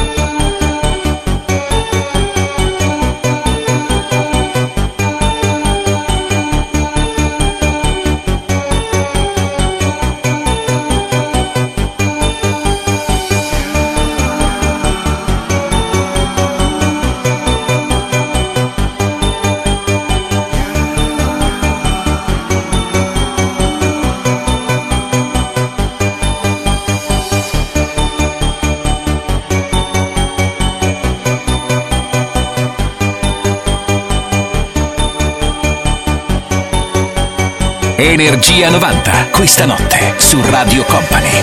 Energia novanta, questa notte su Radio Company.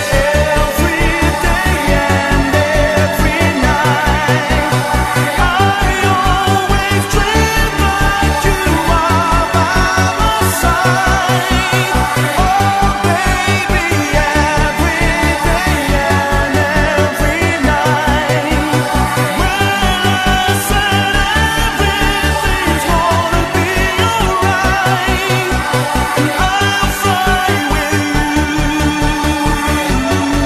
I'll fly with you.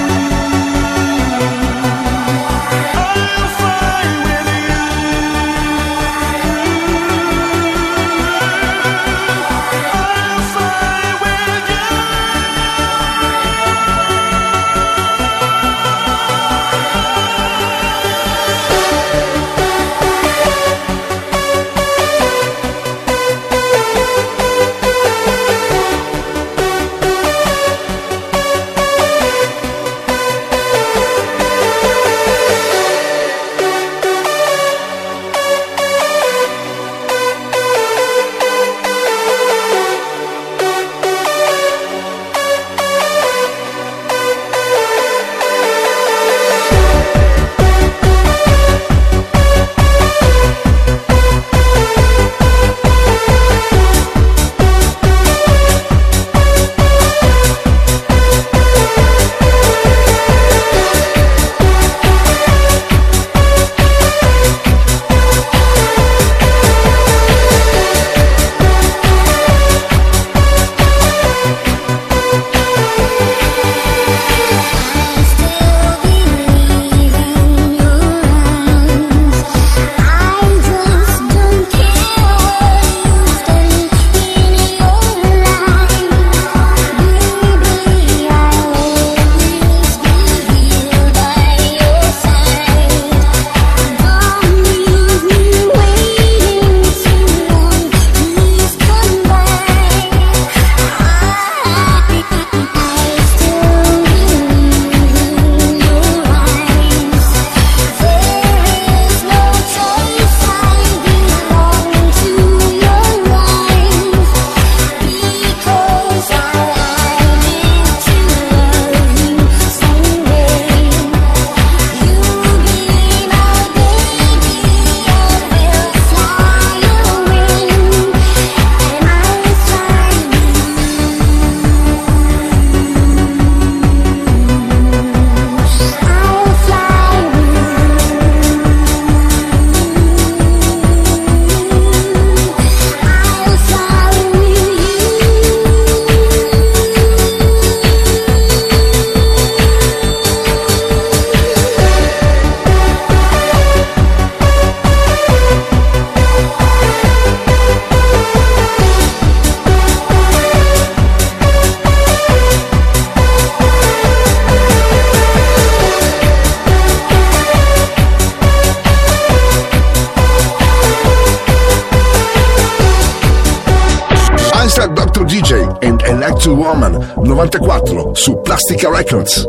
Electro Woman novantaquattro su Plastica Records.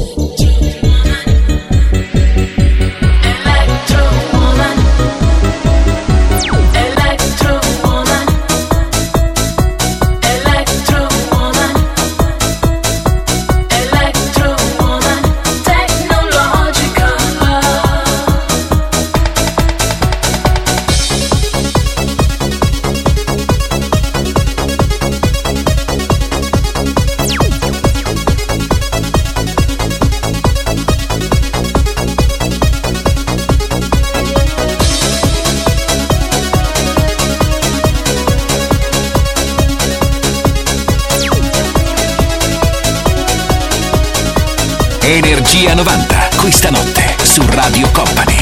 Energia novanta, questa notte su Radio Company.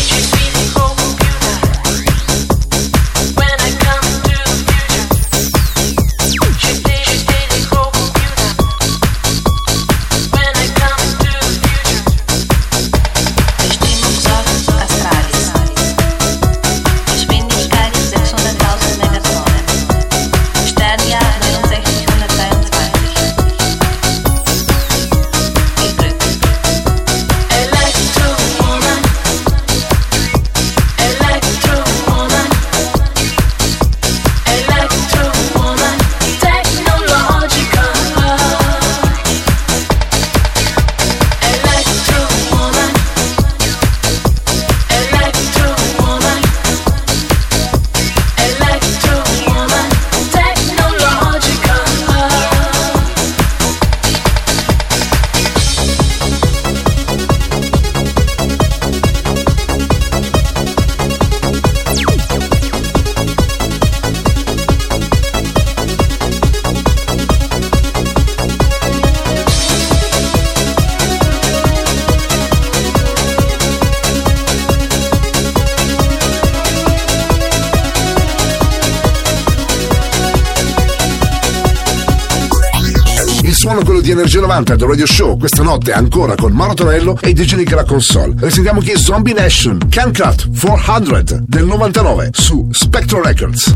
Suono quello di Energia novanta del Radio Show, questa notte ancora con Mauro Tonello e D J Nick alla console. Risentiamo chi è Zombie Nation, Can Cut quattrocento del novantanove su Spectral Records.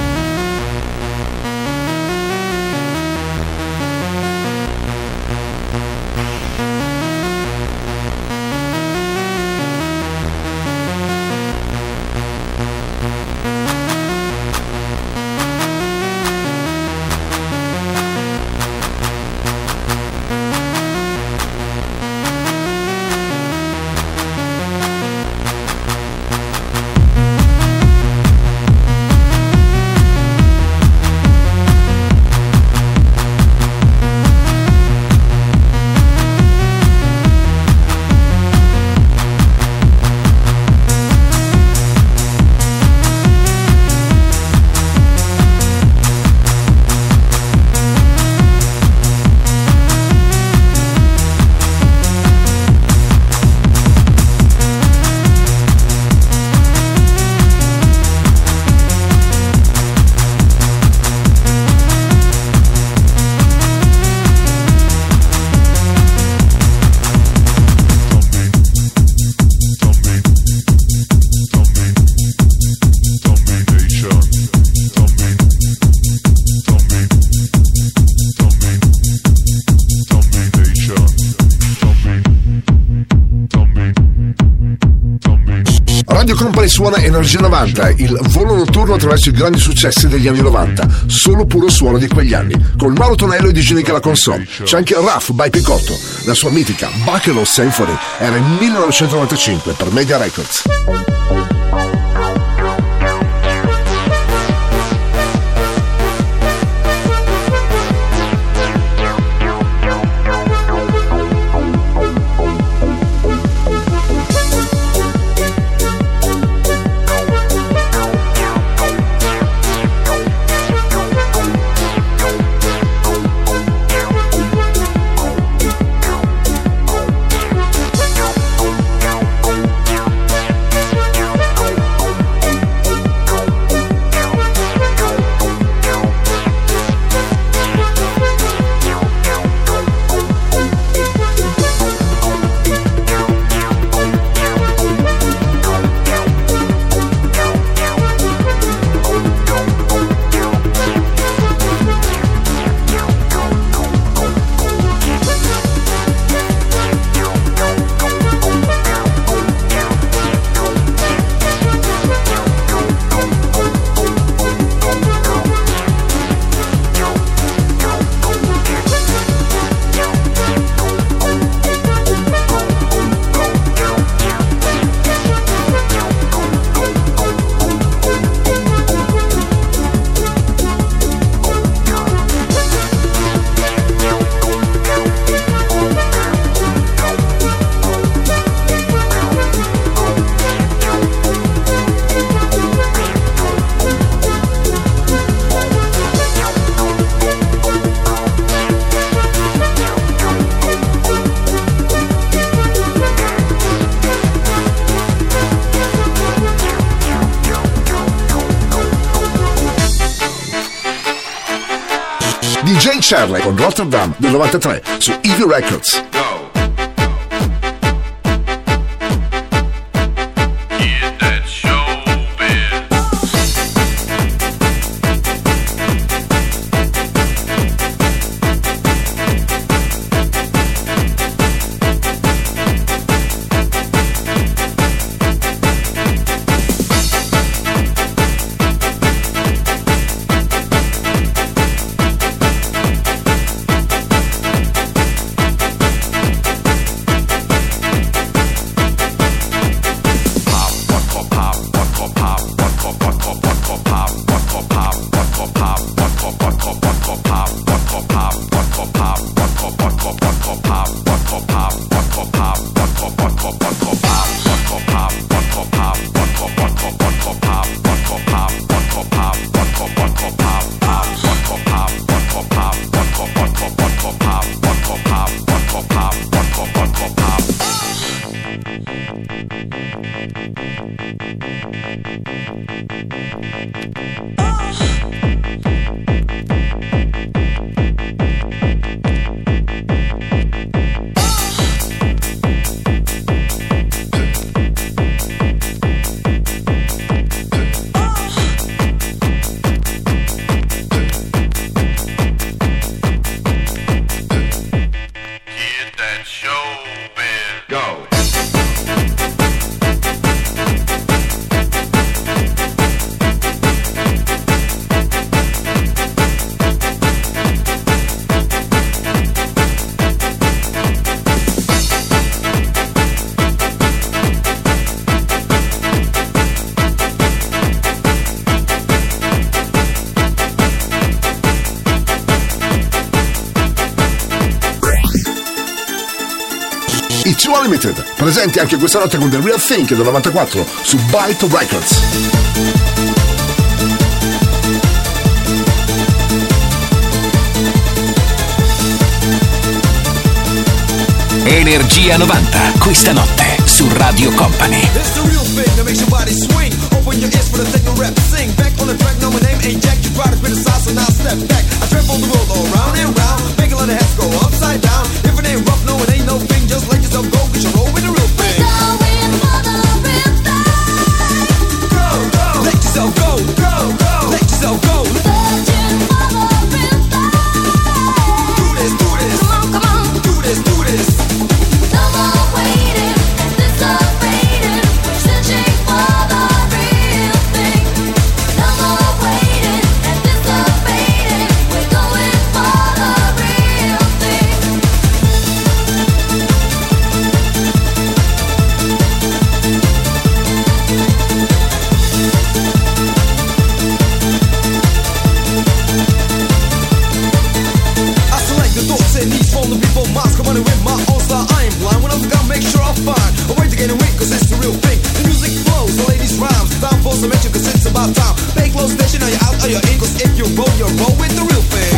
Radio Company suona Energia novanta, il volo notturno attraverso i grandi successi degli anni novanta, solo puro suono di quegli anni. Con Mauro Tonello e D J Nick alla console. C'è anche Ruff by Picotto, la sua mitica Buffalo Symphony, era il millenovecentonovantacinque per Media Records. Shirley con Rotterdam del novantatré su Evil Records. Limited, presenti anche questa notte con The Real Thing del novantaquattro su Byte Records. Energia novanta, questa notte su Radio Company. It's the real thing that makes your body swing. Open your ears for the techno rap. Sing back on the track, no, my name ain't Jack. You try to criticize, so now step back. I trample the world all round and round. Make a lot of heads go upside down. If it ain't rough, no, it ain't no thing. Just let yourself go, cause you're roll with the real thing. Go, go. Let yourself go, go, go. Let yourself go. Do this, do this. Come on, come on. Do this, do this. No more waiting, anticipating. We're searching for the real thing. No more waiting, anticipating. We're going for the real thing. I select the thoughts and needs from the people. Minds come on with my own style. I ain't blind when I'm gonna make sure I find a way to get away, cause it's the real thing. The music flows, the ladies rhymes. Time for some mention, cause it's about time. Pay close attention, are you out or you're in? Cause if you roll, you roll with the real thing.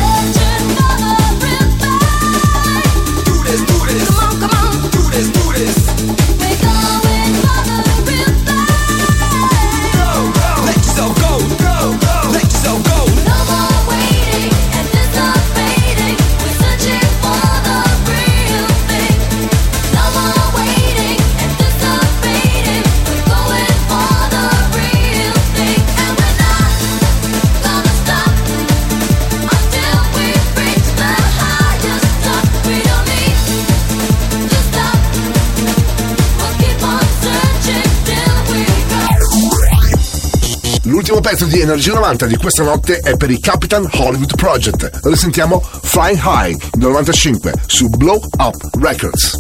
Do this, do this. Come on, come on. Do this, do this. We're going for the real thing. Go, go. Let yourself go, go, go. Let yourself go. No more waiting, anticipating. We're searching for the real thing. No more waiting, anticipating. We're going for the real thing. And we're not gonna stop until we reach the highest top. We don't need to stop. We'll keep on searching till we go. L'ultimo pezzo di Energia novanta di questa notte è per i Capitan Hollywood Project. Risentiamo Flying High del novantacinque su Blow Up Records.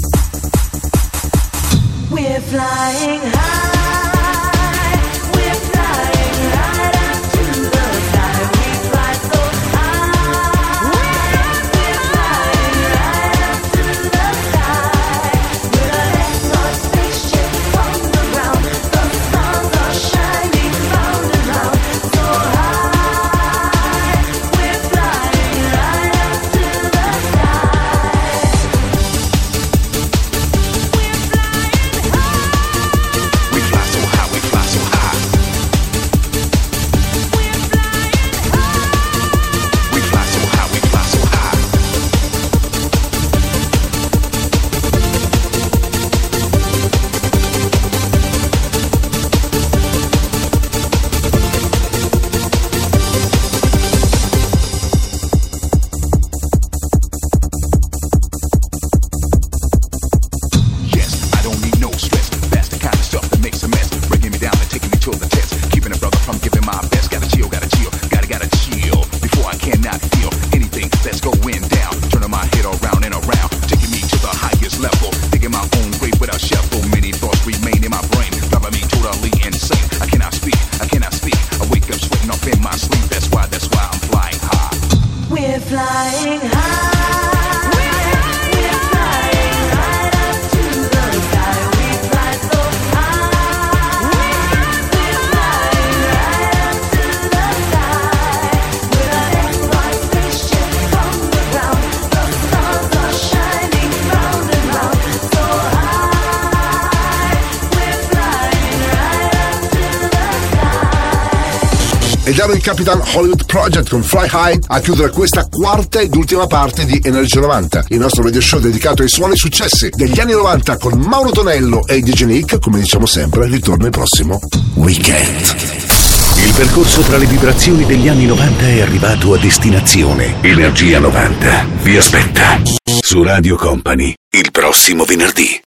We're flying high, we're flying right up to the sky. We fly so high, we're flying right up to the sky. We're an airport spaceship from the ground. The stars are shining round and round. So high, we're flying right up to the sky. We fly level. Digging my own grave without shovel. Many thoughts remain in my brain, driving me totally insane. I cannot speak, I cannot speak. I wake up sweating off in my sleep. That's why, that's why I'm flying high. We're flying high. We're flying right up to the sky. We fly so high. We're flying right up to the sky. With an X-Y spaceship from the ground. The stars are shining round and round. So high. We're flying right up to the sky. Ed era il Capitan Hollywood Project con Fly High a chiudere questa quarta ed ultima parte di Energia novanta, il nostro radio show dedicato ai suoni successi degli anni novanta con Mauro Tonello e D J Nick. Come diciamo sempre, ritorna il prossimo weekend. Il percorso tra le vibrazioni degli anni novanta è arrivato a destinazione. Energia novanta vi aspetta su Radio Company il prossimo venerdì.